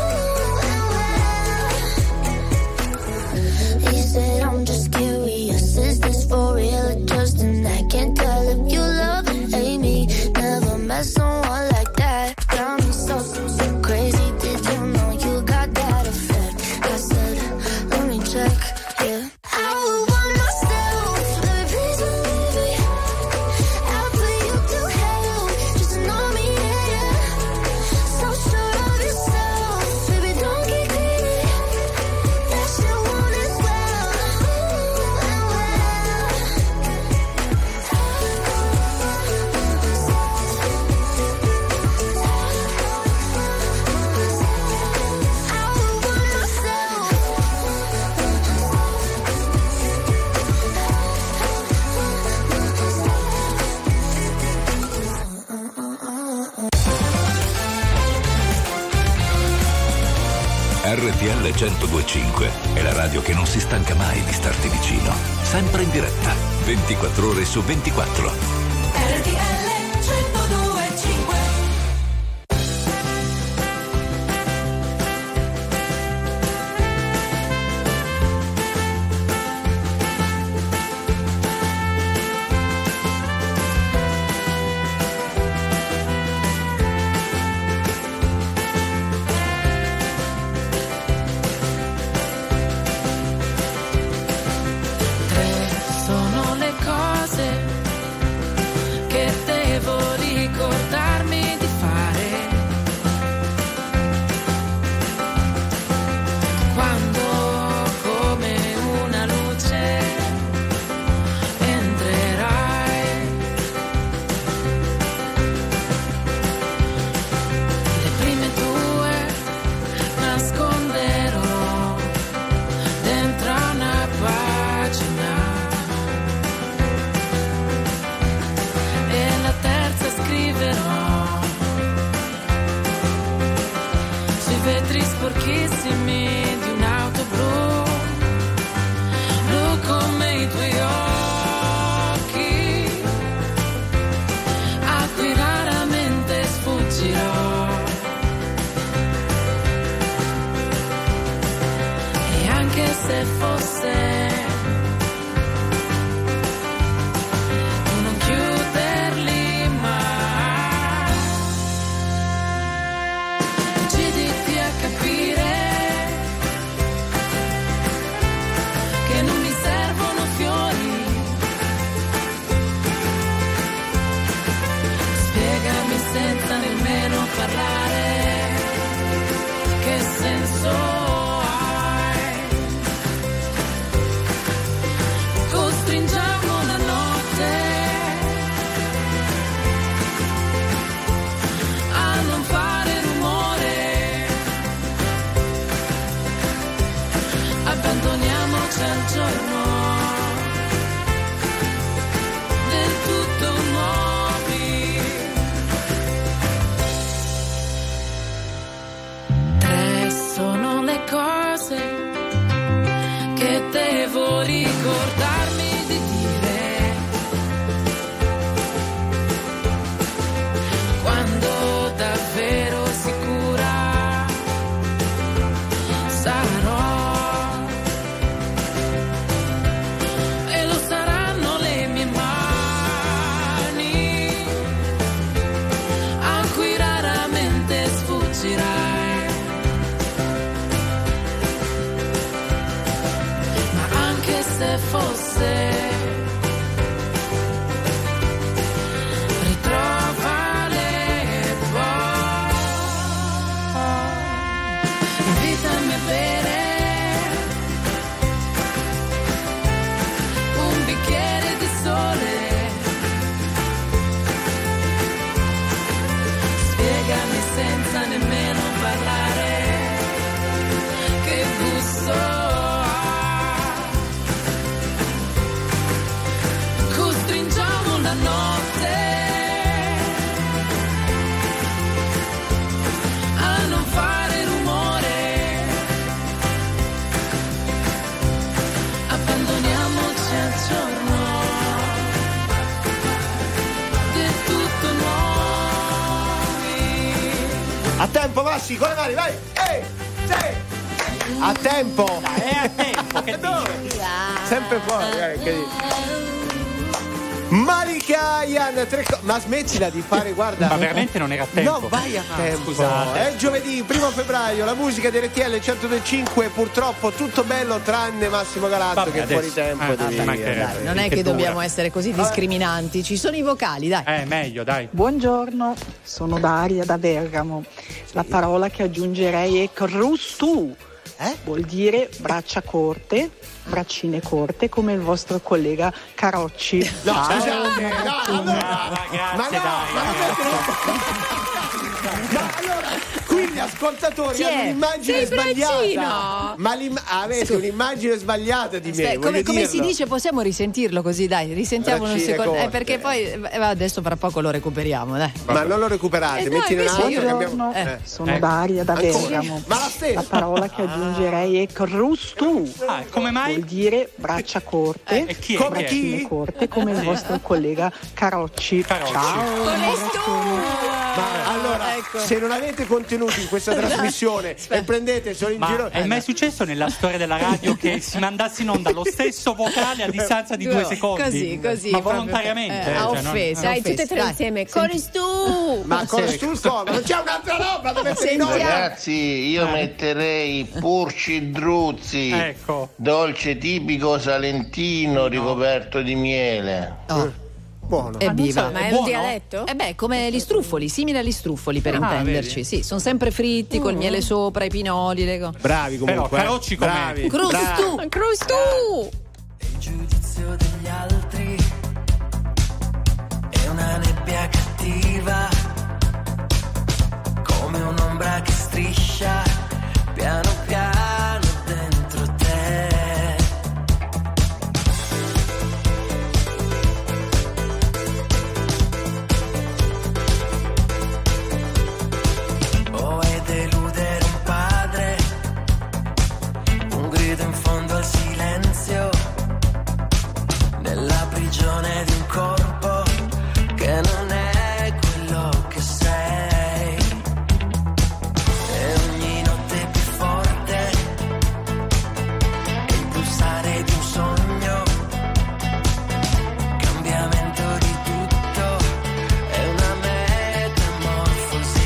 He said, I'm just curious, is this for real or just an act? Can't tell if you love or hate me. Never met someone like that. Got me so, so, so crazy. Did you know you got that effect? I said, let me check, yeah. I would want myself, baby, please believe me. I'll put you through hell just to know me, yeah, yeah. So sure of yourself, baby, don't get greedy. That shit won't end well. I would want myself. R T L centodue e cinque è la radio che non si stanca mai di starti vicino. Sempre in diretta, ventiquattro ore su ventiquattro. R T L centodue e cinque. Sono le cose che devo ricordarmi di fare quando come una luce entrerai. Le prime due nasconderò dentro una pagina e la terza scriverò sui vetri sporchissimi la notte a non fare rumore, abbandoniamoci al giorno del tutto nuovi. A tempo, Massi, con le mani, vai! Ehi! Sì! A tempo! Dai, è a tempo, che dici? Sempre fuori, eh, che dici? Malika Ayan, tre co- ma smettila di fare, guarda. Ma veramente non era a tempo? No, vai a Ah, tempo. scusate. È giovedì, primo febbraio, la musica di R T L centodue e cinque, purtroppo tutto bello tranne Massimo Galatto. Vabbè, che è adesso- fuori tempo. eh, devi vabbè, dire, dai, dai. Non è che che dura. dobbiamo essere così discriminanti, ci sono i vocali, dai. Eh, meglio, dai. Buongiorno, sono Daria da Bergamo. La parola che aggiungerei è crustù. Eh? Vuol dire braccia corte, braccine corte, come il vostro collega Carocci. No, Ciao. scusate, no, allora, Ah, grazie, ma no, dai. ma no, allora, qui gli ascoltatori Chi hanno è? un'immagine Sei sbagliata. braccino. Ma l'im- avete un'immagine sbagliata di me. Aspetta, come, voglio come si dirlo. dice, possiamo risentirlo così, dai, risentiamolo un Braccine secondo. Eh, corte. perché poi eh, adesso fra poco lo recuperiamo, dai. Ma non lo recuperate, Eh, no, metti in un invece altro io- che abbiamo. Buongiorno, Eh. sono Eh. Daria da Ancora? Bergamo. Ma la stessa? La parola che aggiungerei è crustù. Ah, come mai? Vuol dire braccia corte, Eh, e chi è? Come Chi è? chi? braccine corte, come il vostro collega Carocci. Carocci. Ciao. Ma allora, Ecco. se non avete contenuti in questa trasmissione e prendete solo in Ma giro. è mai successo nella storia della radio che si mandasse in onda lo stesso vocale a distanza di due secondi? Così, così. Ma proprio, volontariamente? eh, a cioè, non- offesa. Dai, offesa, tutte e tre dai. insieme. Senti- Coris tu! Ma con Sì. sul come? Non c'è un'altra roba da mettere in onda? Ragazzi, io metterei purci druzzi, Ecco. dolce tipico salentino ricoperto di miele. Oh, Buono. evviva. Ma è un buono? dialetto? Eh beh, come gli struffoli, simili agli struffoli per Ah, intenderci. vedi? Sì, sono sempre fritti col miele sopra, i pinoli, le co- Bravi comunque. Però, Carocci com'è? Bravi. Crustù! Crustù! Il giudizio degli altri è una nebbia cattiva, come un'ombra che striscia piano piano dentro te. O è deludere un padre, un grido in fondo al silenzio, nella prigione di un corpo che non è quello che sei. E ogni notte più forte è il pulsare di un sogno, cambiamento di tutto, è una metamorfosi.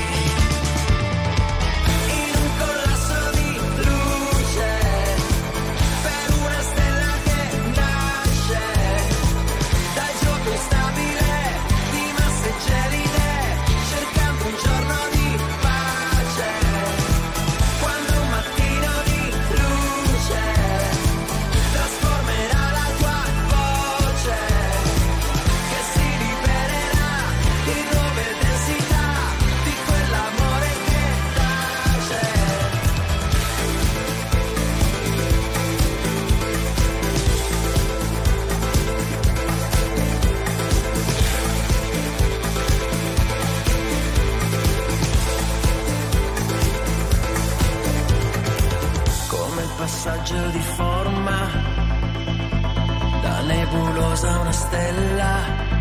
In un collasso di luce, per una stella che nasce dal gioco instabile di masse gelide, cercando un giorno di pace. Quando un mattino di luce trasformerà la tua voce, che si libererà in nuove densità di quell'amore che tace. Come il passaggio di forma da nebulosa a una stella,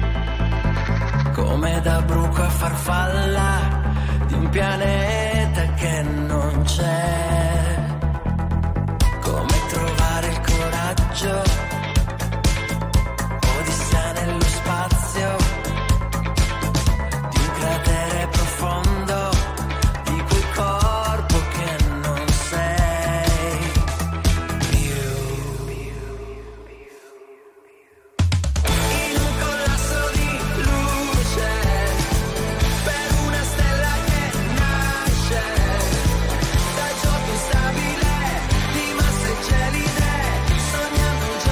come da bruco a farfalla di un pianeta che non c'è, come trovare il coraggio, odissea nello spazio di un cratere profondo, di quel corpo che non sei più. In un collasso di luce, per una stella che nasce dal gioco instabile di masse gelide, sognando un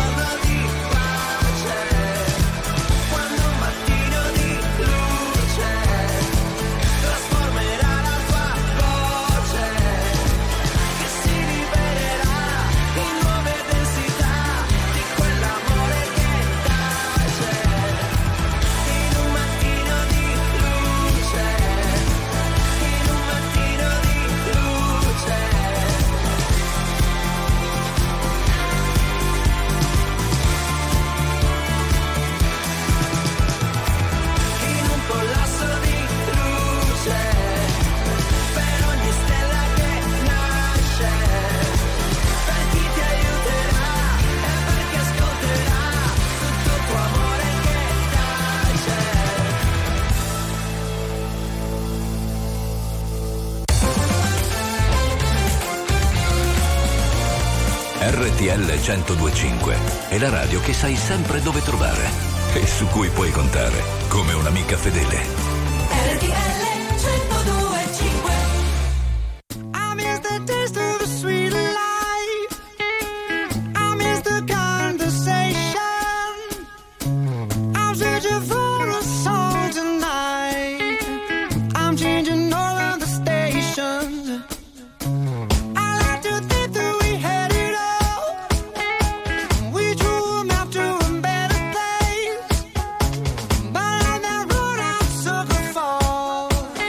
T L centodue e cinque è la radio che sai sempre dove trovare e su cui puoi contare come un'amica fedele. R T L centodue e cinque. I miss the taste of the sweet life. I miss the conversation. I'm searching for a song tonight. I'm changing all of the stations. I like to think that we had it all. We drew a map to a better place. But on that road I'm sucker for.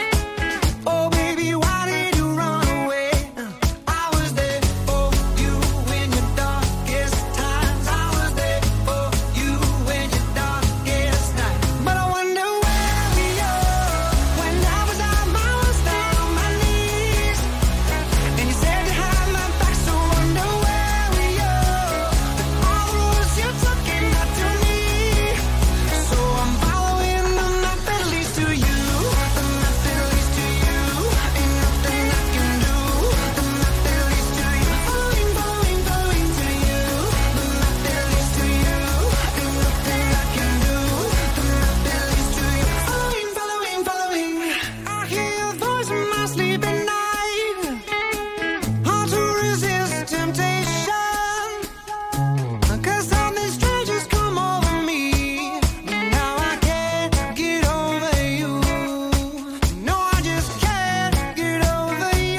Oh baby, why did you run away? I was there for you in your darkest times. I was there for you in your darkest night. But I wonder where we are when I was out, I was down on my knees. And you said you had my back, so I wonder where we are. All the roads you took came back to me. So I'm following the map that leads to you. The map that leads to you. Ain't nothing I can do. The map that leads to you. Following, following, following to you. The map that leads to you. Ain't nothing I can do. The map that leads to you. Following, following, following. I hear your voice in my sleep at night. Hard to resist temptation. 'Cause something strange has come over me. Now I can't get over you. No, I just can't get over you.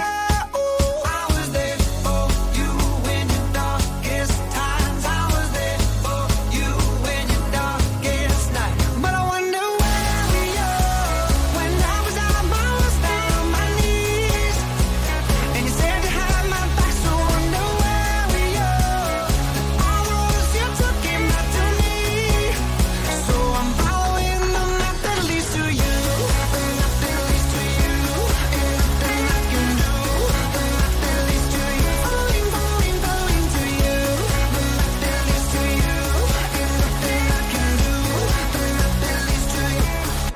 I was there for you in your darkest times. I was there for you in your darkest night. But I wonder where we are when I was out, I was down on my knees. And you said you had my back, so I wonder where we are. All the roads you took came back to me. So I'm following the map that leads to you. The map that leads to you. Ain't nothing I can do. The map that leads to you. Following, following, following to you. The map that leads to you. Ain't nothing I can do. The map that leads to you.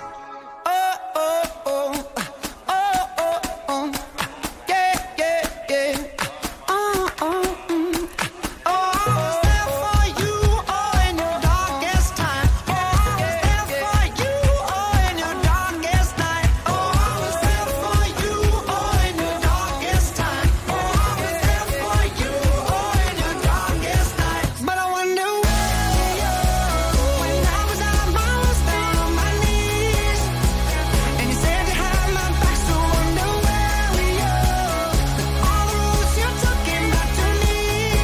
Oh, oh, oh. Oh, oh, oh. Yeah, yeah, yeah. Oh, oh, mm. Oh, I was there for you, oh, in your darkest time. Oh, I was there for you, oh, in your darkest night. Oh, I was there for you, oh, in your darkest time. Oh, I was there for you, oh, in your darkest night. But I wonder where we are when I was out, I was down on my knees. And you said you had my back, so I wonder where we are. All the roads you took came back to me.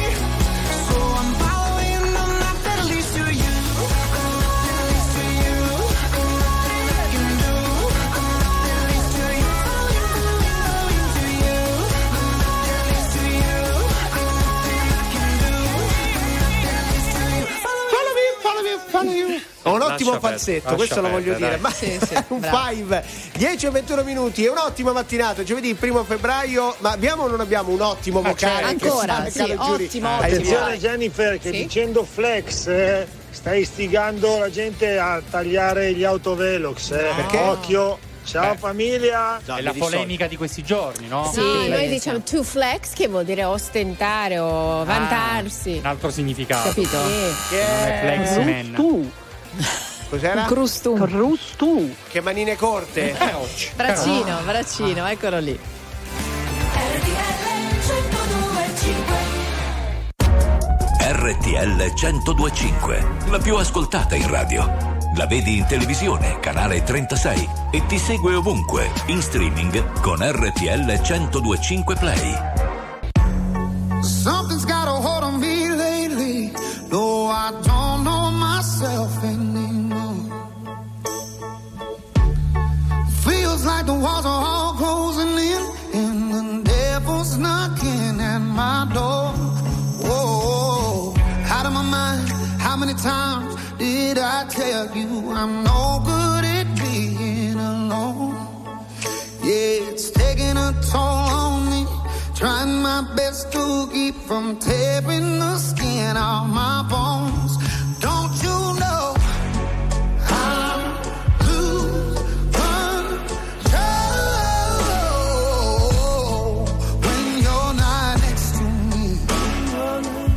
So I'm following the map that leads to you. The map that leads to you. Ain't nothing I can do. The map that leads to you. Following, following to you. The map that leads to you. Ain't nothing I can do. The map that leads to you. Follow me, follow me, follow you. Ho un ottimo Lascia falsetto, perdere, questo lo lascia voglio perdere, dire. Ma Sì, sì, un bravo. five, dieci e ventuno minuti, è un'ottima mattinata, giovedì primo febbraio. Ma abbiamo o non abbiamo un ottimo vocale? certo. che Ancora, Sara sì, Calogiuri ottimo, ha ottimo. Attenzione inviato? Jennifer, che Sì? dicendo flex eh, stai istigando la gente a tagliare gli autovelox. Eh. Perché? Occhio. Ciao Eh. famiglia. No, È mi la dissocio. polemica di questi giorni, no? Sì, No, noi sì. diciamo to flex, che vuol dire ostentare o Ah, vantarsi. un altro significato. Capito? Che Non è è- flex man. Cos'era? Crustum. Crustù. Che manine corte. Eh, oggi. Braccino, braccino, eccolo lì. R T L centodue e cinque. R T L centodue e cinque, la più ascoltata in radio. La vedi in televisione, canale trentasei e ti segue ovunque, in streaming con R T L centodue e cinque Play. Something's got a hold on me lately. No, I don't know myself anymore. Feels like the walls are all closing in, and the devil's knocking at my door. Whoa, out of my mind. How many times did I tell you I'm no good at being alone? Yeah, it's taking a toll on me. Trying my best to keep from tearing the skin off my bones. Don't you know I'm lose control when you're not next to me?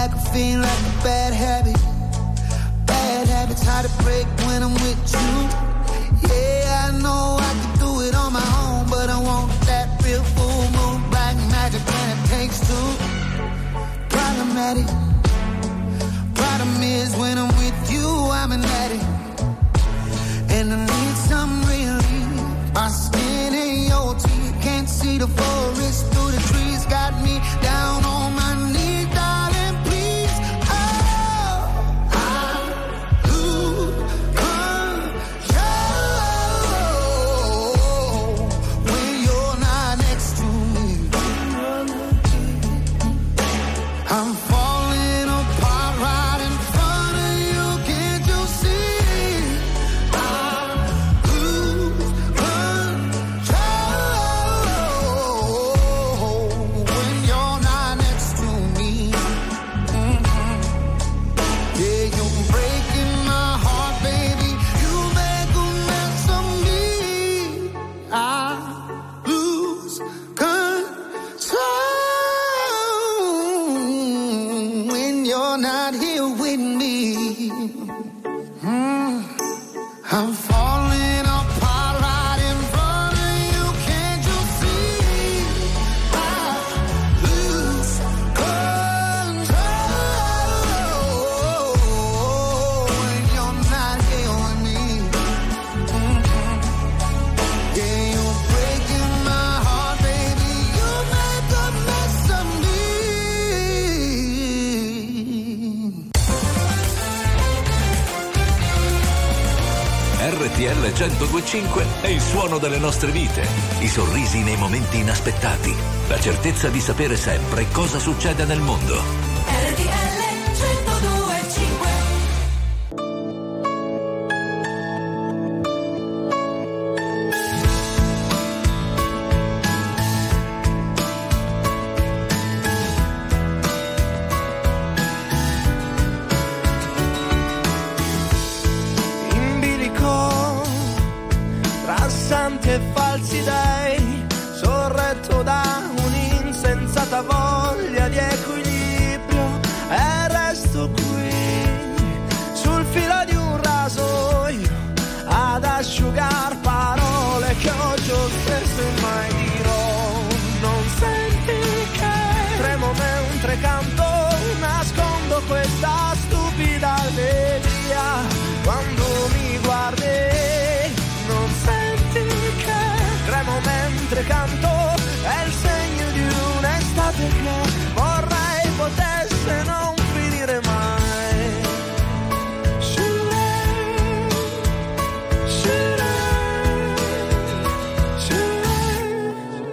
I can feel like a bad habit. Bad habits hard to break when I'm with you. Yeah, I know I can do it on my own, but I want that real full moon, black magic, and it takes two. Problematic. Problem is when I'm with you, I'm an addict, and I need some relief. My skin ain't your teeth, can't see the forest through the trees. Got me down on my knees, darling, please. Oh, I lose control when you're not next to me. I'm falling apart right in front of you, can't you see? I lose control when you're not next to me. Mhm. Yeah, you're breaking my heart, baby. You make a mess of me. I lose control when you're not here with me. Mm. I'm falling apart right in front of you, can't you see? I lose control when you're not here with me. Mhm. Yeah, you're breaking my heart, baby. You make a mess of me. R T L centodue e cinque è il suono delle nostre vite, i sorrisi nei momenti inaspettati, la certezza di sapere sempre cosa succede nel mondo. R T L centodue e cinque. In bilico tra santi e falsi dei, sorretto da un'insensata voglia di equilibrio, e resto qui sul filo di un rasoio ad asciugar parole che oggi ho spesso e mai dirò. Non senti che tremo mentre canto, nascondo questa stupida allegria quando mi guardi. Non senti che tremo mentre canto, è il segno di un'estate che vorrei potesse non finire mai. Shirei, shirei, shirei.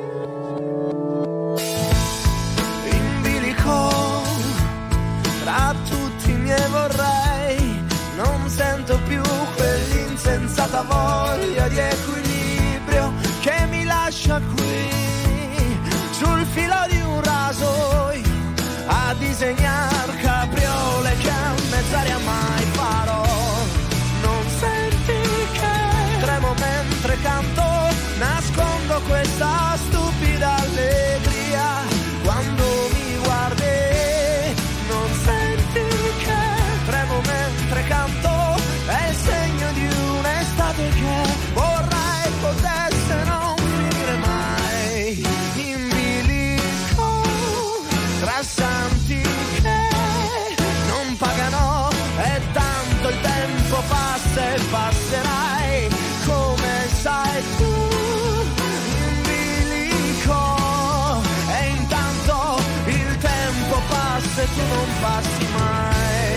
In bilico tra tutti i miei vorrei, non sento più quell'insensata voglia di equilibrio che mi lascia qui sul filo di un rasoio a disegnar capriole che a mezz'aria mai farò. Non senti che tremo mentre canto, nascondo questa stupida allegria quando mi guardi. Non senti che tremo mentre canto, è il segno di un'estate che vorrei potesse non finire mai. In bilico tra santi che non pagano, e tanto il tempo passa e passerai, come sai tu. In bilico, e intanto il tempo passa e tu non passi mai.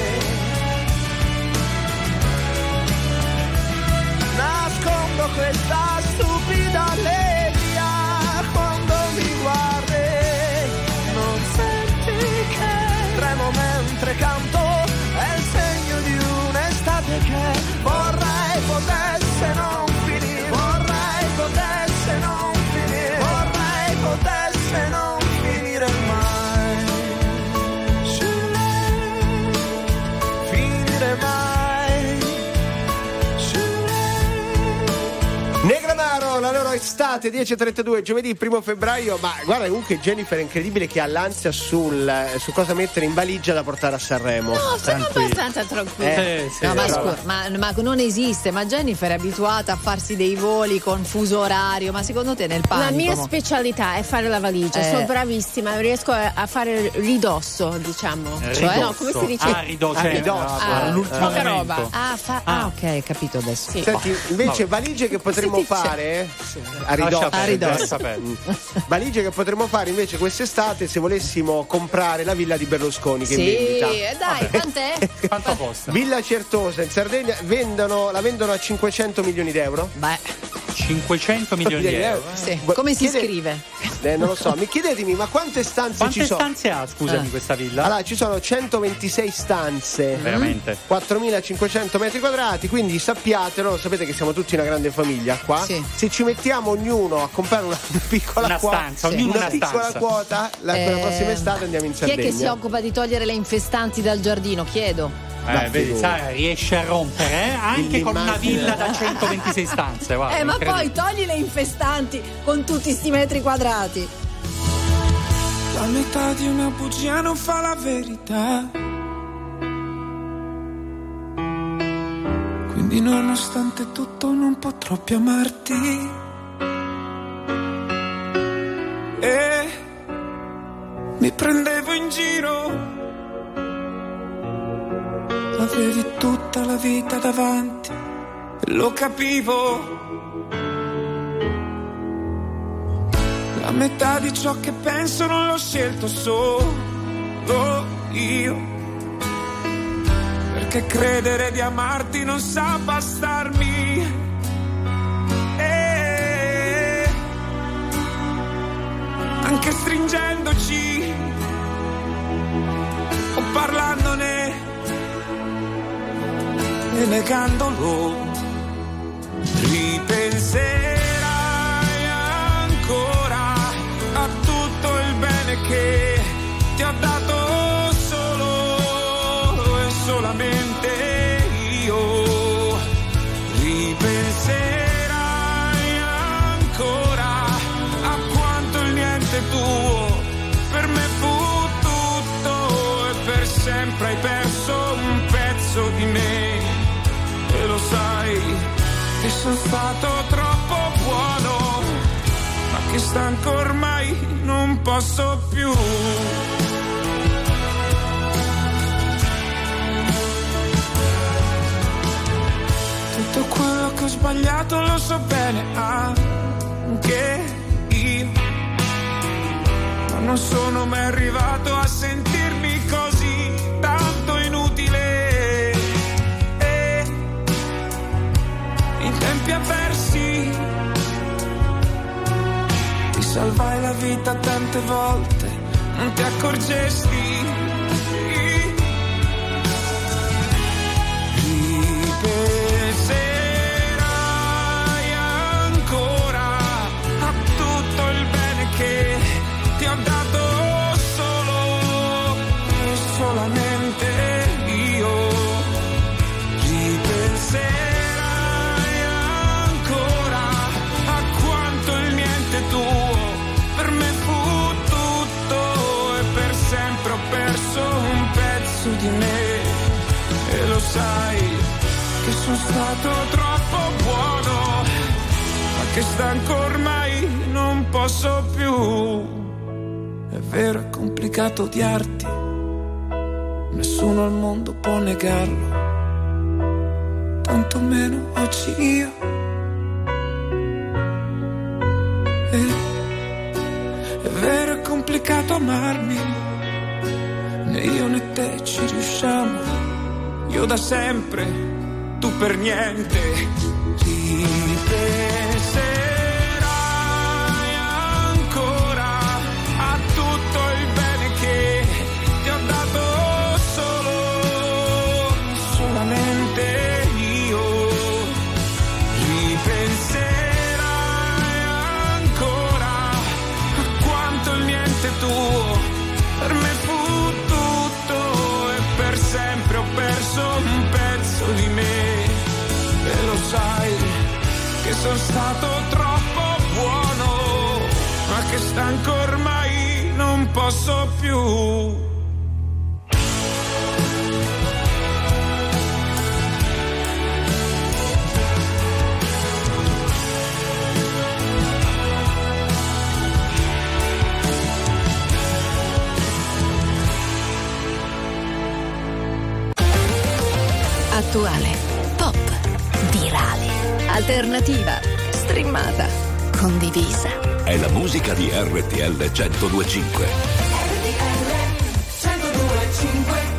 Nascondo questa stupida allegria quando mi guardi. Non senti che tremo mentre canto, è il segno di un'estate che vorrei potesse non finire. Vorrei potesse non finire. Vorrei potesse non finire mai. Shirei, finire mai. Negranaro loro, la loro estate dieci e trentadue, giovedì primo febbraio. Ma guarda, comunque Jennifer è incredibile che ha l'ansia sul, su cosa mettere in valigia da portare a Sanremo. No, sono abbastanza tranquilla. Eh, sì, no, ma, brava. scu- ma, ma non esiste, ma Jennifer è abituata a farsi dei voli con fuso orario, ma secondo te nel panico? La mia mo? specialità è fare la valigia, Eh. sono bravissima, riesco a a fare ridosso, diciamo. Ridosso. No, come si dice? Ah, ridosso. Ah, ridosso. Ah, all'ultimo poca momento. roba. Ah, fa- ah, ok, capito adesso. Sì. Senti, invece valigie che potremmo fare a ridosso, Lascia A ridosso. lascia perdere. valigie che potremmo fare invece quest'estate se volessimo comprare la villa di Berlusconi che Sì, in vendita. eh, dai, quant'è? Quanto costa? Villa Certosa in Sardegna, vendono, la vendono a cinquecento milioni d'euro. Beh, cinquecento milioni di euro. sì. Gu- Come si chiede- scrive? Eh, non lo so, mi chiedetemi, ma quante stanze Quante ci sono? stanze ha, scusami, Ah. questa villa? Allora, ci sono centoventisei stanze, Veramente? quattromilacinquecento metri quadrati, quindi sappiatelo, lo sapete che siamo tutti una grande famiglia qua. Sì. Se ci mettiamo ognuno a comprare una piccola Una quota, stanza, ognuno una una piccola stanza. quota, la, Eh, per la prossima estate andiamo in Chi Sardegna. è che si occupa di togliere le infestanti dal giardino? Chiedo. Eh, Ma vedi, figurati. Sara riesce a rompere eh? anche con una L'immagine. villa da centoventisei stanze. Guarda, Eh, ma incredibile. poi togli le infestanti con tutti sti metri quadrati. La metà di una bugia non fa la verità. Quindi nonostante tutto non potrò più amarti. E mi prendevo in giro. Avevi tutta la vita davanti e lo capivo. La metà di ciò che penso non l'ho scelto solo io. Perché credere di amarti non sa bastarmi. E anche stringendoci o parlandone e negandolo, ripenserai ancora a tutto il bene che ti ho dato solo e solamente io. Ripenserai ancora a quanto il niente tuo per me fu tutto e per sempre hai perso un pezzo di me. E lo sai che sono stato troppo buono, ma che stanco ormai non posso più. Tutto quello che ho sbagliato lo so bene anche io, ma non sono mai arrivato a sentirmi così tanto inutile. In tempi avversi ti salvai la vita tante volte, non ti accorgesti. Ripenserai ancora a tutto il bene che ti ho dato solo e solamente io. Ripenserai per me fu tutto e per sempre ho perso un pezzo di me. E lo sai che sono stato troppo buono, ma che stanco ormai non posso più. È vero, è complicato odiarti, nessuno al mondo può negarlo, tantomeno oggi io. È vero, è complicato amarmi, né io né te ci riusciamo, io da sempre, tu per niente. Ripenserai ancora a tutto il bene che ti ho dato solo, solamente io. Ripenserai ancora a quanto il niente tuo per me fu tutto e per sempre ho perso un pezzo di me. E lo sai che sono stato troppo che stanco ormai non posso più. Attuale, pop, virale, alternativa, streamata, condivisa. È la musica di R T L centodue e cinque. R T L centodue e cinque.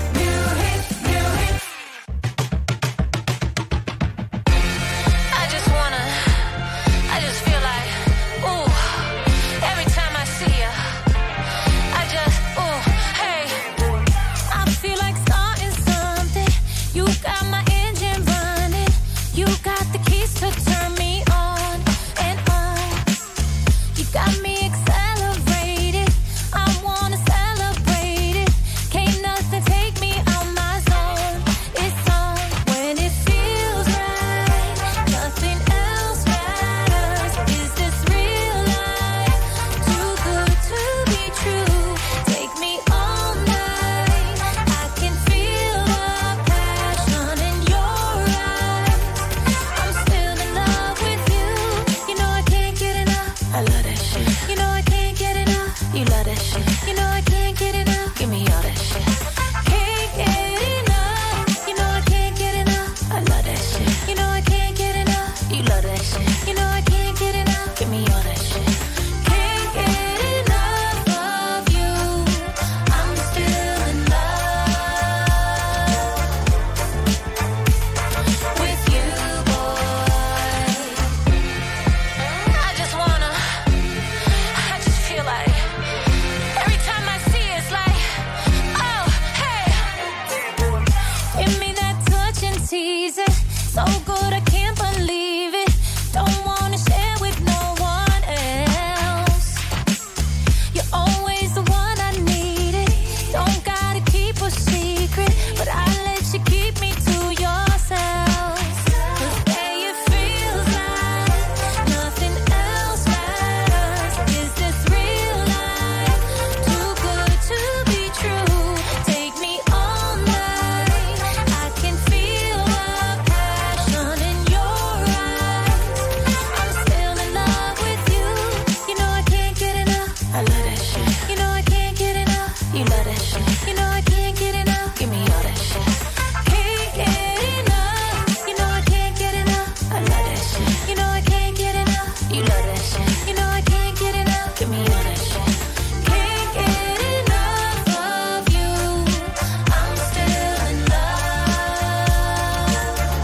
Got me accelerated. I wanna celebrate it. Can't nothing take me out my zone. It's on when it feels right. Nothing else matters. Is this real life? Too good to be true. Take me all night. I can feel the passion in your eyes. I'm still in love with you. You know I can't get enough. I love that. You know I can't get enough. You love that shit. You know I can't get enough. Give me all that shit. Can't get enough. You know I can't get enough. I love that shit. You know I can't get enough. You love that shit. You know I can't get enough. Give me all that shit. Can't get enough of you. I'm still in love with you, boy. I just wanna. I just feel like every time I see it, it's like, oh, hey. Give me that touch and tease it. So good, I can't believe it. Don't wanna share with no one else. You're always the one I needed. Don't gotta keep a secret, but I let you keep me to yourself. 'Cause babe, it feels like nothing else matters. Is this real life? Too good to be true. Take me all night. I can feel the passion in your eyes. I'm still in love with you. You know I can't get enough. I love that shit. You know I can't get enough. You love that shit. You know I can't get enough. Give me all that shit. Can't get enough. You know I can't get enough. I love that shit. You know I can't get enough. You love that shit. You know I can't get enough. Give me all that shit. Can't get enough of you. I'm still in love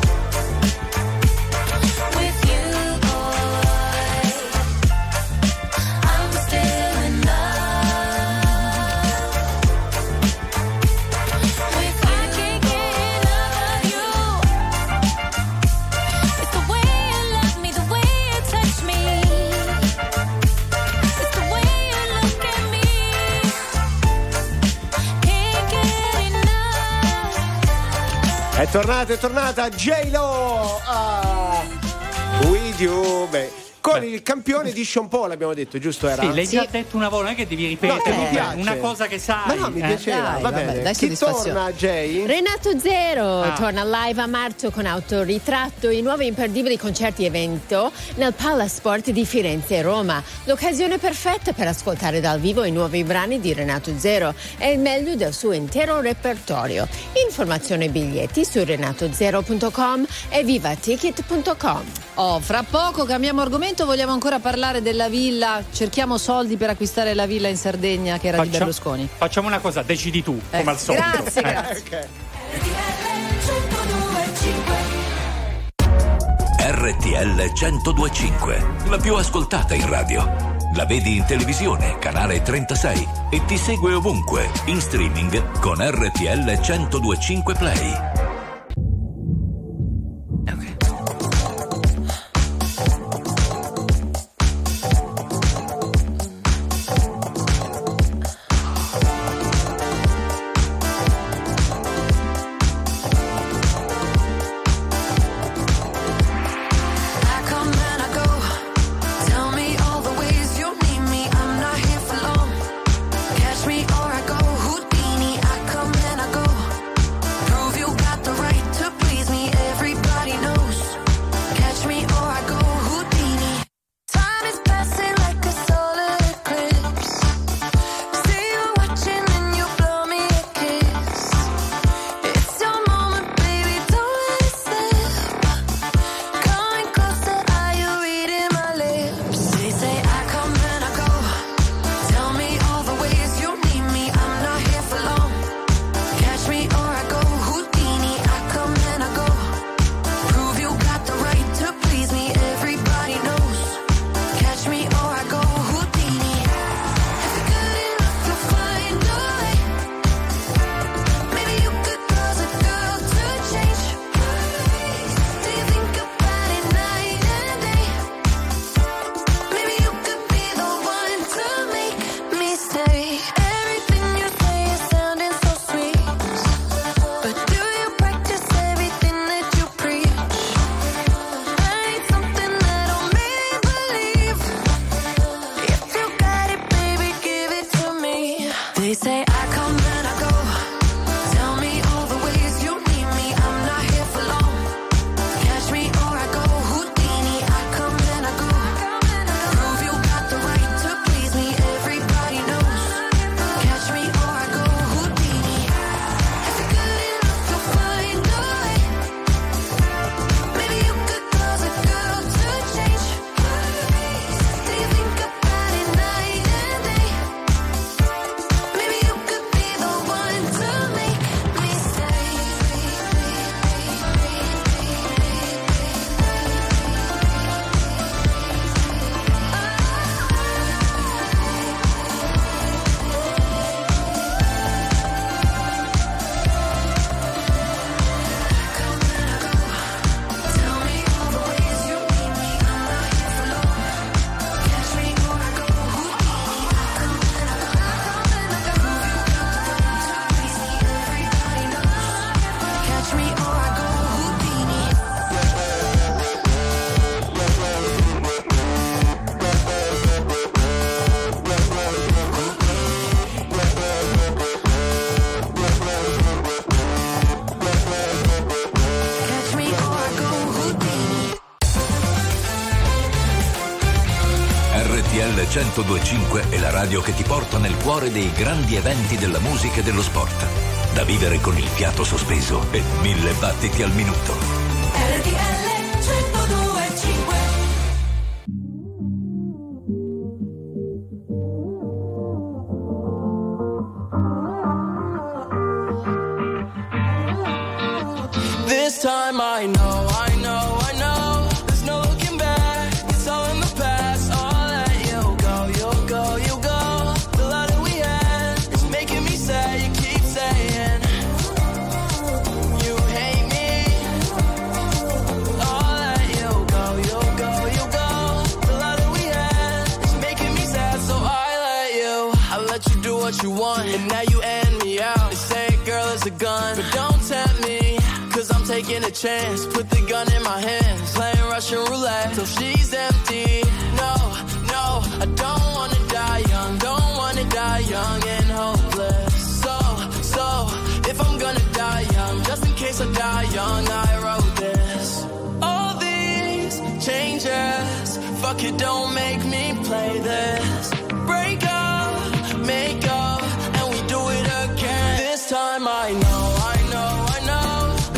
with you, boy. I'm still in love with you. I can't get enough of you. It's the way you love me, the way you touch me. It's the way you look at me. Can't get enough. È tornata, è tornata J-Lo ah, with you. Beh, con il campione di Sean Paul abbiamo detto, giusto? Era? Sì, l'hai già detto una volta, non è che devi ripetere, No, che mi piace. una cosa che sai. Ma no, mi eh. piaceva, Dai, va vabbè, bene. dai Chi soddisfazione. torna, Jay? Renato Zero Ah. torna live a marzo con Autoritratto, i nuovi imperdibili concerti evento nel Palasport di Firenze e Roma. L'occasione perfetta per ascoltare dal vivo i nuovi brani di Renato Zero e il meglio del suo intero repertorio. Informazioni e biglietti su renato zero punto com e vivaticket punto com. Oh, fra poco cambiamo argomento, vogliamo ancora parlare della villa, cerchiamo soldi per acquistare la villa in Sardegna che era di Facciamo- Berlusconi. Facciamo una cosa, decidi tu, Eh, come al solito. grazie, Eh. grazie. R T L centodue e cinque, la più ascoltata in radio. La vedi in televisione, canale trentasei, e ti segue ovunque, in streaming con R T L centodue e cinque Play. I come and I go. Tell me all the ways you need me. I'm T L centodue e cinque è la radio che ti porta nel cuore dei grandi eventi della musica e dello sport. Da vivere con il fiato sospeso e mille battiti al minuto. R T L centodue e cinque. This time I know, I know, I know. There's no looking back. It's all in the past. I'll let you go, you'll go, you go. The love that we had is making me sad. You keep saying you hate me. I'll let you go, you'll go, you go. The love that we had is making me sad. So I let you. I let you do what you want, and now you end me out. They say, girl, it's a gun, but don't tempt me. Cause I'm taking a chance, put the gun in my hands, playing Russian roulette till she's empty. No, no, I don't wanna die young, don't wanna die young and hopeless. So, so, if I'm gonna die young, just in case I die young, I wrote this. All these changes, fuck it, don't make me play this. Break up, make up, and we do it again. This time I know, I know, I know.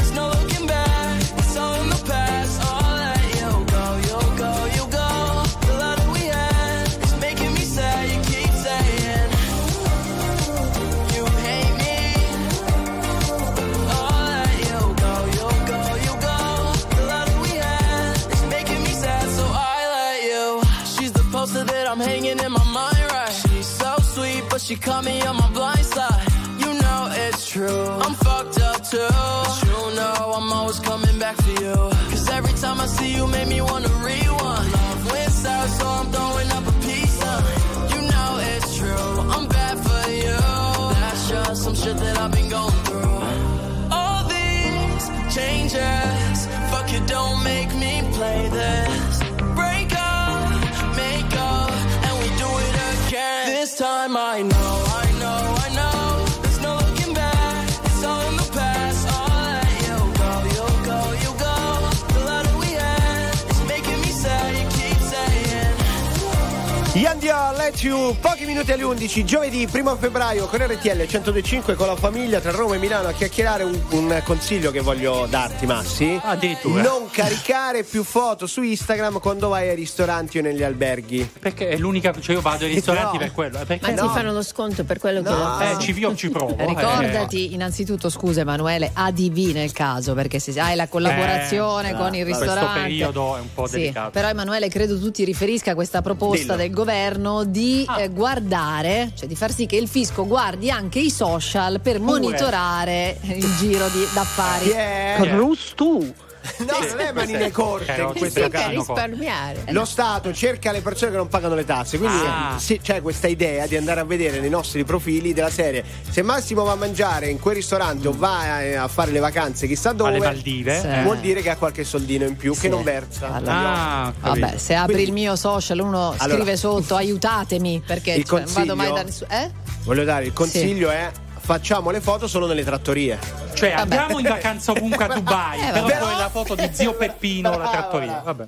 I'm hanging in my mind, right? She's so sweet, but she caught me on my blind side. You know it's true, I'm fucked up too. But you know I'm always coming back for you. Cause every time I see you, make me wanna rewind. Love went south, so I'm throwing up a peace sign. You know it's true, I'm bad for you. That's just some shit that I've been going through. All these changes, fuck it, don't make me play this. Break up, make up, and we do it again. This time I know, I know, I know. There's no looking back, it's all in the past. I'll let you go, you'll go, you go. The love that we had is making me sad, you keep saying Yandia, let you, pochi minuti alle undici, giovedì primo febbraio con R T L centodue e cinque con la famiglia tra Roma e Milano a chiacchierare. Un, un consiglio che voglio darti, Massi: addirittura non caricare più foto su Instagram quando vai ai ristoranti o negli alberghi, perché è l'unica, cioè io vado ai ristoranti no. per quello, perché ma no. ti fanno lo sconto per quello che no. lo eh, ci, io ci provo. Ricordati, eh. innanzitutto, scusa Emanuele, A D V nel caso, perché se hai la collaborazione eh, con il ristorante, questo periodo è un po' sì, delicato. però Emanuele credo tu ti riferisca a questa proposta Dillo. del governo di ah. eh, guardare, cioè di far sì che il fisco guardi anche i social per Pure. monitorare il giro di d'affari. Yeah. Rustu. No, non è manine corte in questo per caso. risparmiare. Lo Stato cerca le persone che non pagano le tasse, quindi Ah. sì, c'è questa idea di andare a vedere nei nostri profili della serie: se Massimo va a mangiare in quel ristorante o va a, a fare le vacanze chissà dove, alle Maldive, sì. vuol dire che ha qualche soldino in più Sì. che non versa. Ah, Vabbè, se apri Quindi- il mio social uno Allora, scrive sotto aiutatemi perché il cioè, non vado mai consiglio- da nessuno. Eh? Voglio dare il consiglio è: facciamo le foto solo nelle trattorie. Cioè Vabbè. andiamo in vacanza ovunque a Dubai, Eh, però vabbè. poi la foto di zio Peppino alla trattoria. Vabbè.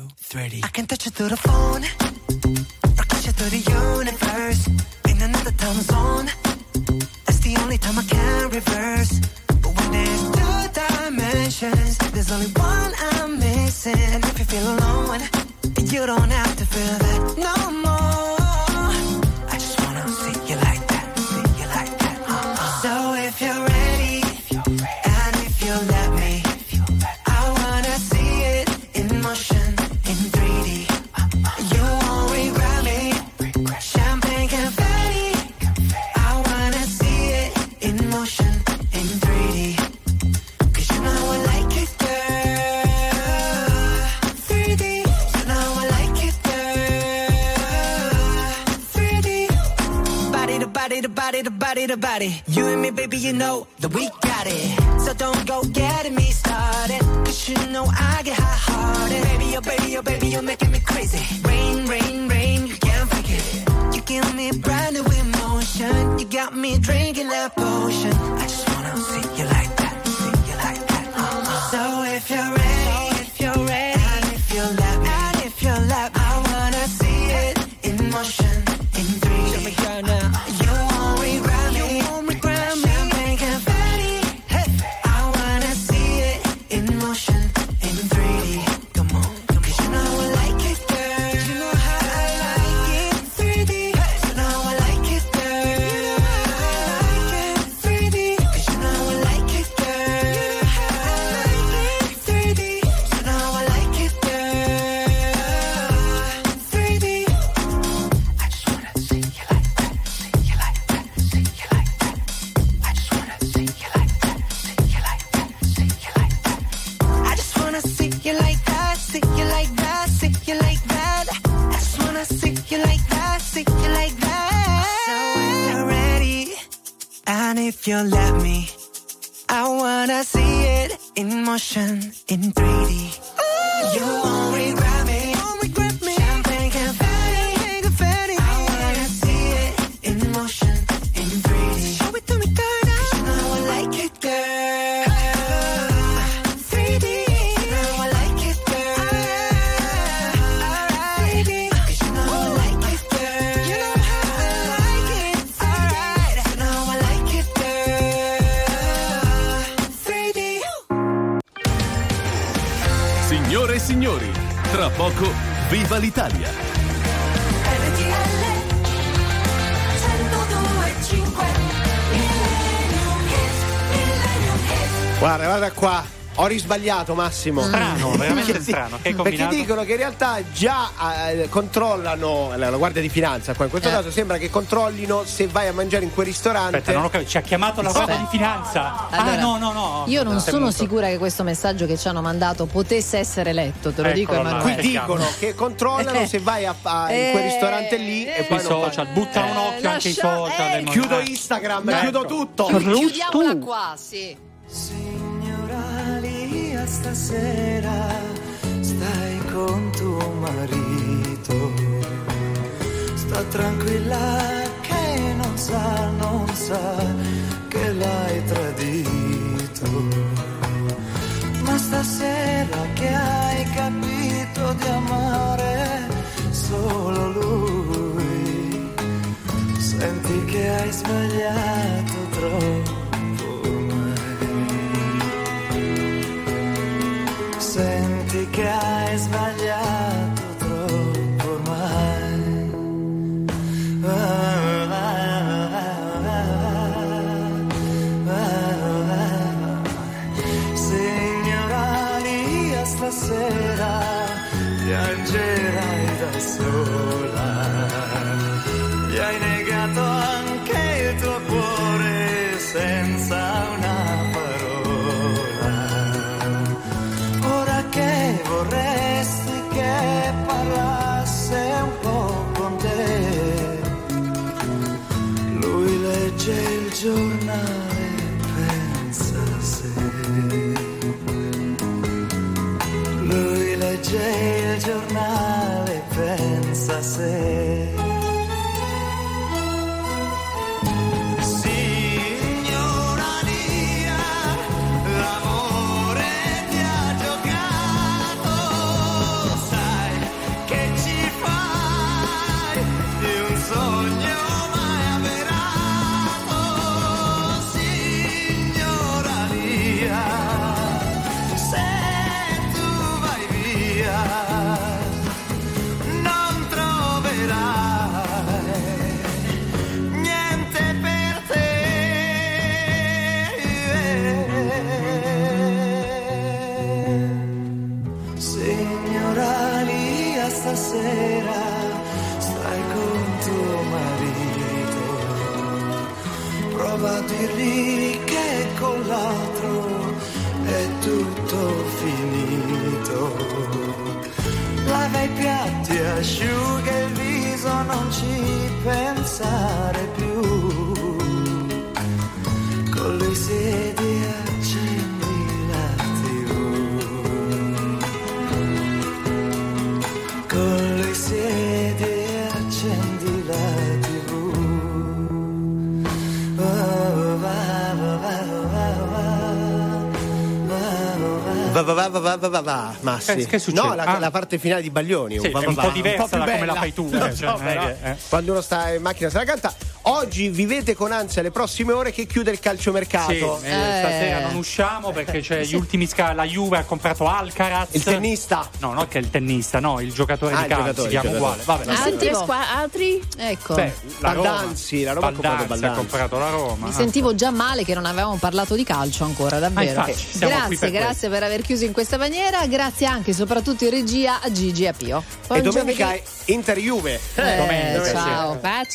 I can touch you through the phone, rocket you through the universe, in another time zone. That's the only time I can reverse. But when there's two dimensions, there's only one I'm missing. And if you feel alone, you don't have to feel that no more. I just wanna see you like that, see you like that. Uh-uh. So if you're ready, and if you let me, I wanna see it in motion, in three D. You won't regret me. Champagne confetti. I wanna see it in motion, in three D. Cause you know I like it, girl. three D. You know I like it, girl. three D. Body to body to body to body to body. You and me, baby, you know that we got it. So don't go getting me started. Cause you know I get hot-hearted. Baby, oh baby, oh baby, you're making me crazy. Rain, rain, rain, you can't fake it. You give me brand new emotion. You got me drinking that potion. I just wanna see you like that, see you like that. Uh-uh. So if you're ready, if you're ready, and if you let me, and if you let me, I wanna see it in see you like that, see you like that. I just wanna see you like that, see you like that. So when you're ready, and if you let me, I wanna see it in motion, in three D. Ooh, you won't regret me, won't regret me. Champagne confetti, confetti. I wanna see it in motion, in three D. Show it to me, girl. 'Cause you know I like it, girl. three D. You know I like it, girl. three D. 'Cause you know I like it, girl. You know how I like it. Alright. You know I like it, girl. three D. Signore e signori, tra poco viva l'Italia. R T L centodue e cinque Millennium Hits, Millennium Hits. Guarda, guarda qua. Ho risbagliato, Massimo. Strano, veramente strano. Che hai Perché combinato? dicono che in realtà già eh, controllano la, la Guardia di Finanza. Qua in questo Eh. caso sembra che controllino se vai a mangiare in quel ristorante. Aspetta, non ho capito. Ci ha chiamato la Guardia di Finanza. Allora, ah, no, no, no. Io non Sei sono molto- sicura che questo messaggio che ci hanno mandato potesse essere letto, te lo Eccolo dico là. Emanuele. Qui dicono che controllano se vai a, a- in quel Eh, ristorante lì e Sui poi non social, butta un occhio anche ai lascia- social. eh, Emanuele. Chiudo Instagram, Ecco. chiudo tutto. Chiudiamola qua, sì. Signora Lia, stasera stai con tuo marito. Sta tranquilla che non sa, non sa che l'hai tradito. Ma stasera che hai capito di amare solo lui, senti che hai sbagliato troppo. Senti che hai sbagliato troppo ormai. Ah, ah, ah, ah, ah. Signora Lia, stasera piangerai da sola. Gli hai negato anche il tuo cuore senza una parola. Ora che vorresti che parlasse un po' con te, lui legge il giornale, pensa se. Lui legge il giornale, pensa se. Signora Lia, l'amore ti ha giocato, sai che ci fai di un sogno mai avverato. Signora Lia, se tu vai via non troverai niente per te. Signora Lia, stasera stai con tuo marito. Prova a dirgli che con l'altro è tutto finito. Lava i piatti, asciuga il viso, non ci pensare più. Con lui siedi e accendi la tivù. Con lui siedi e accendi la tivù. Oh, va, va, va, va, Va va va va va va va va Massi. Che- che succede? No, la, Ah. la parte finale di Baglioni. Sì, va, è va, un va, po' diversa più da come bella. la fai tu, Lo eh, so, cioè, però, non è che- eh. quando uno sta in macchina se la canta. Oggi vivete con ansia le prossime ore che chiude il calciomercato. Sì, eh, stasera non usciamo perché c'è gli ultimi sca- la Juve ha comprato Alcaraz. Il tennista? No, non che è il tennista, no, il giocatore Ah, di il calcio, giocatore, si chiama il uguale. giocatore. Vabbè, Ah, Altri, sentivo- squa- altri? Ecco. Beh, la Roma. Baldanzi, la Roma ha comprato Baldanzi ha Baldanzi. comprato la Roma. Mi Ah. sentivo già male che non avevamo parlato di calcio ancora, davvero. Ah, infatti, siamo qui Grazie, per grazie per aver chiuso in questa maniera. Grazie anche e soprattutto in regia a Gigi e a Pio. E Buon domenica giovedì. è Inter Juve. Eh, domenica, sì. ciao. Baci.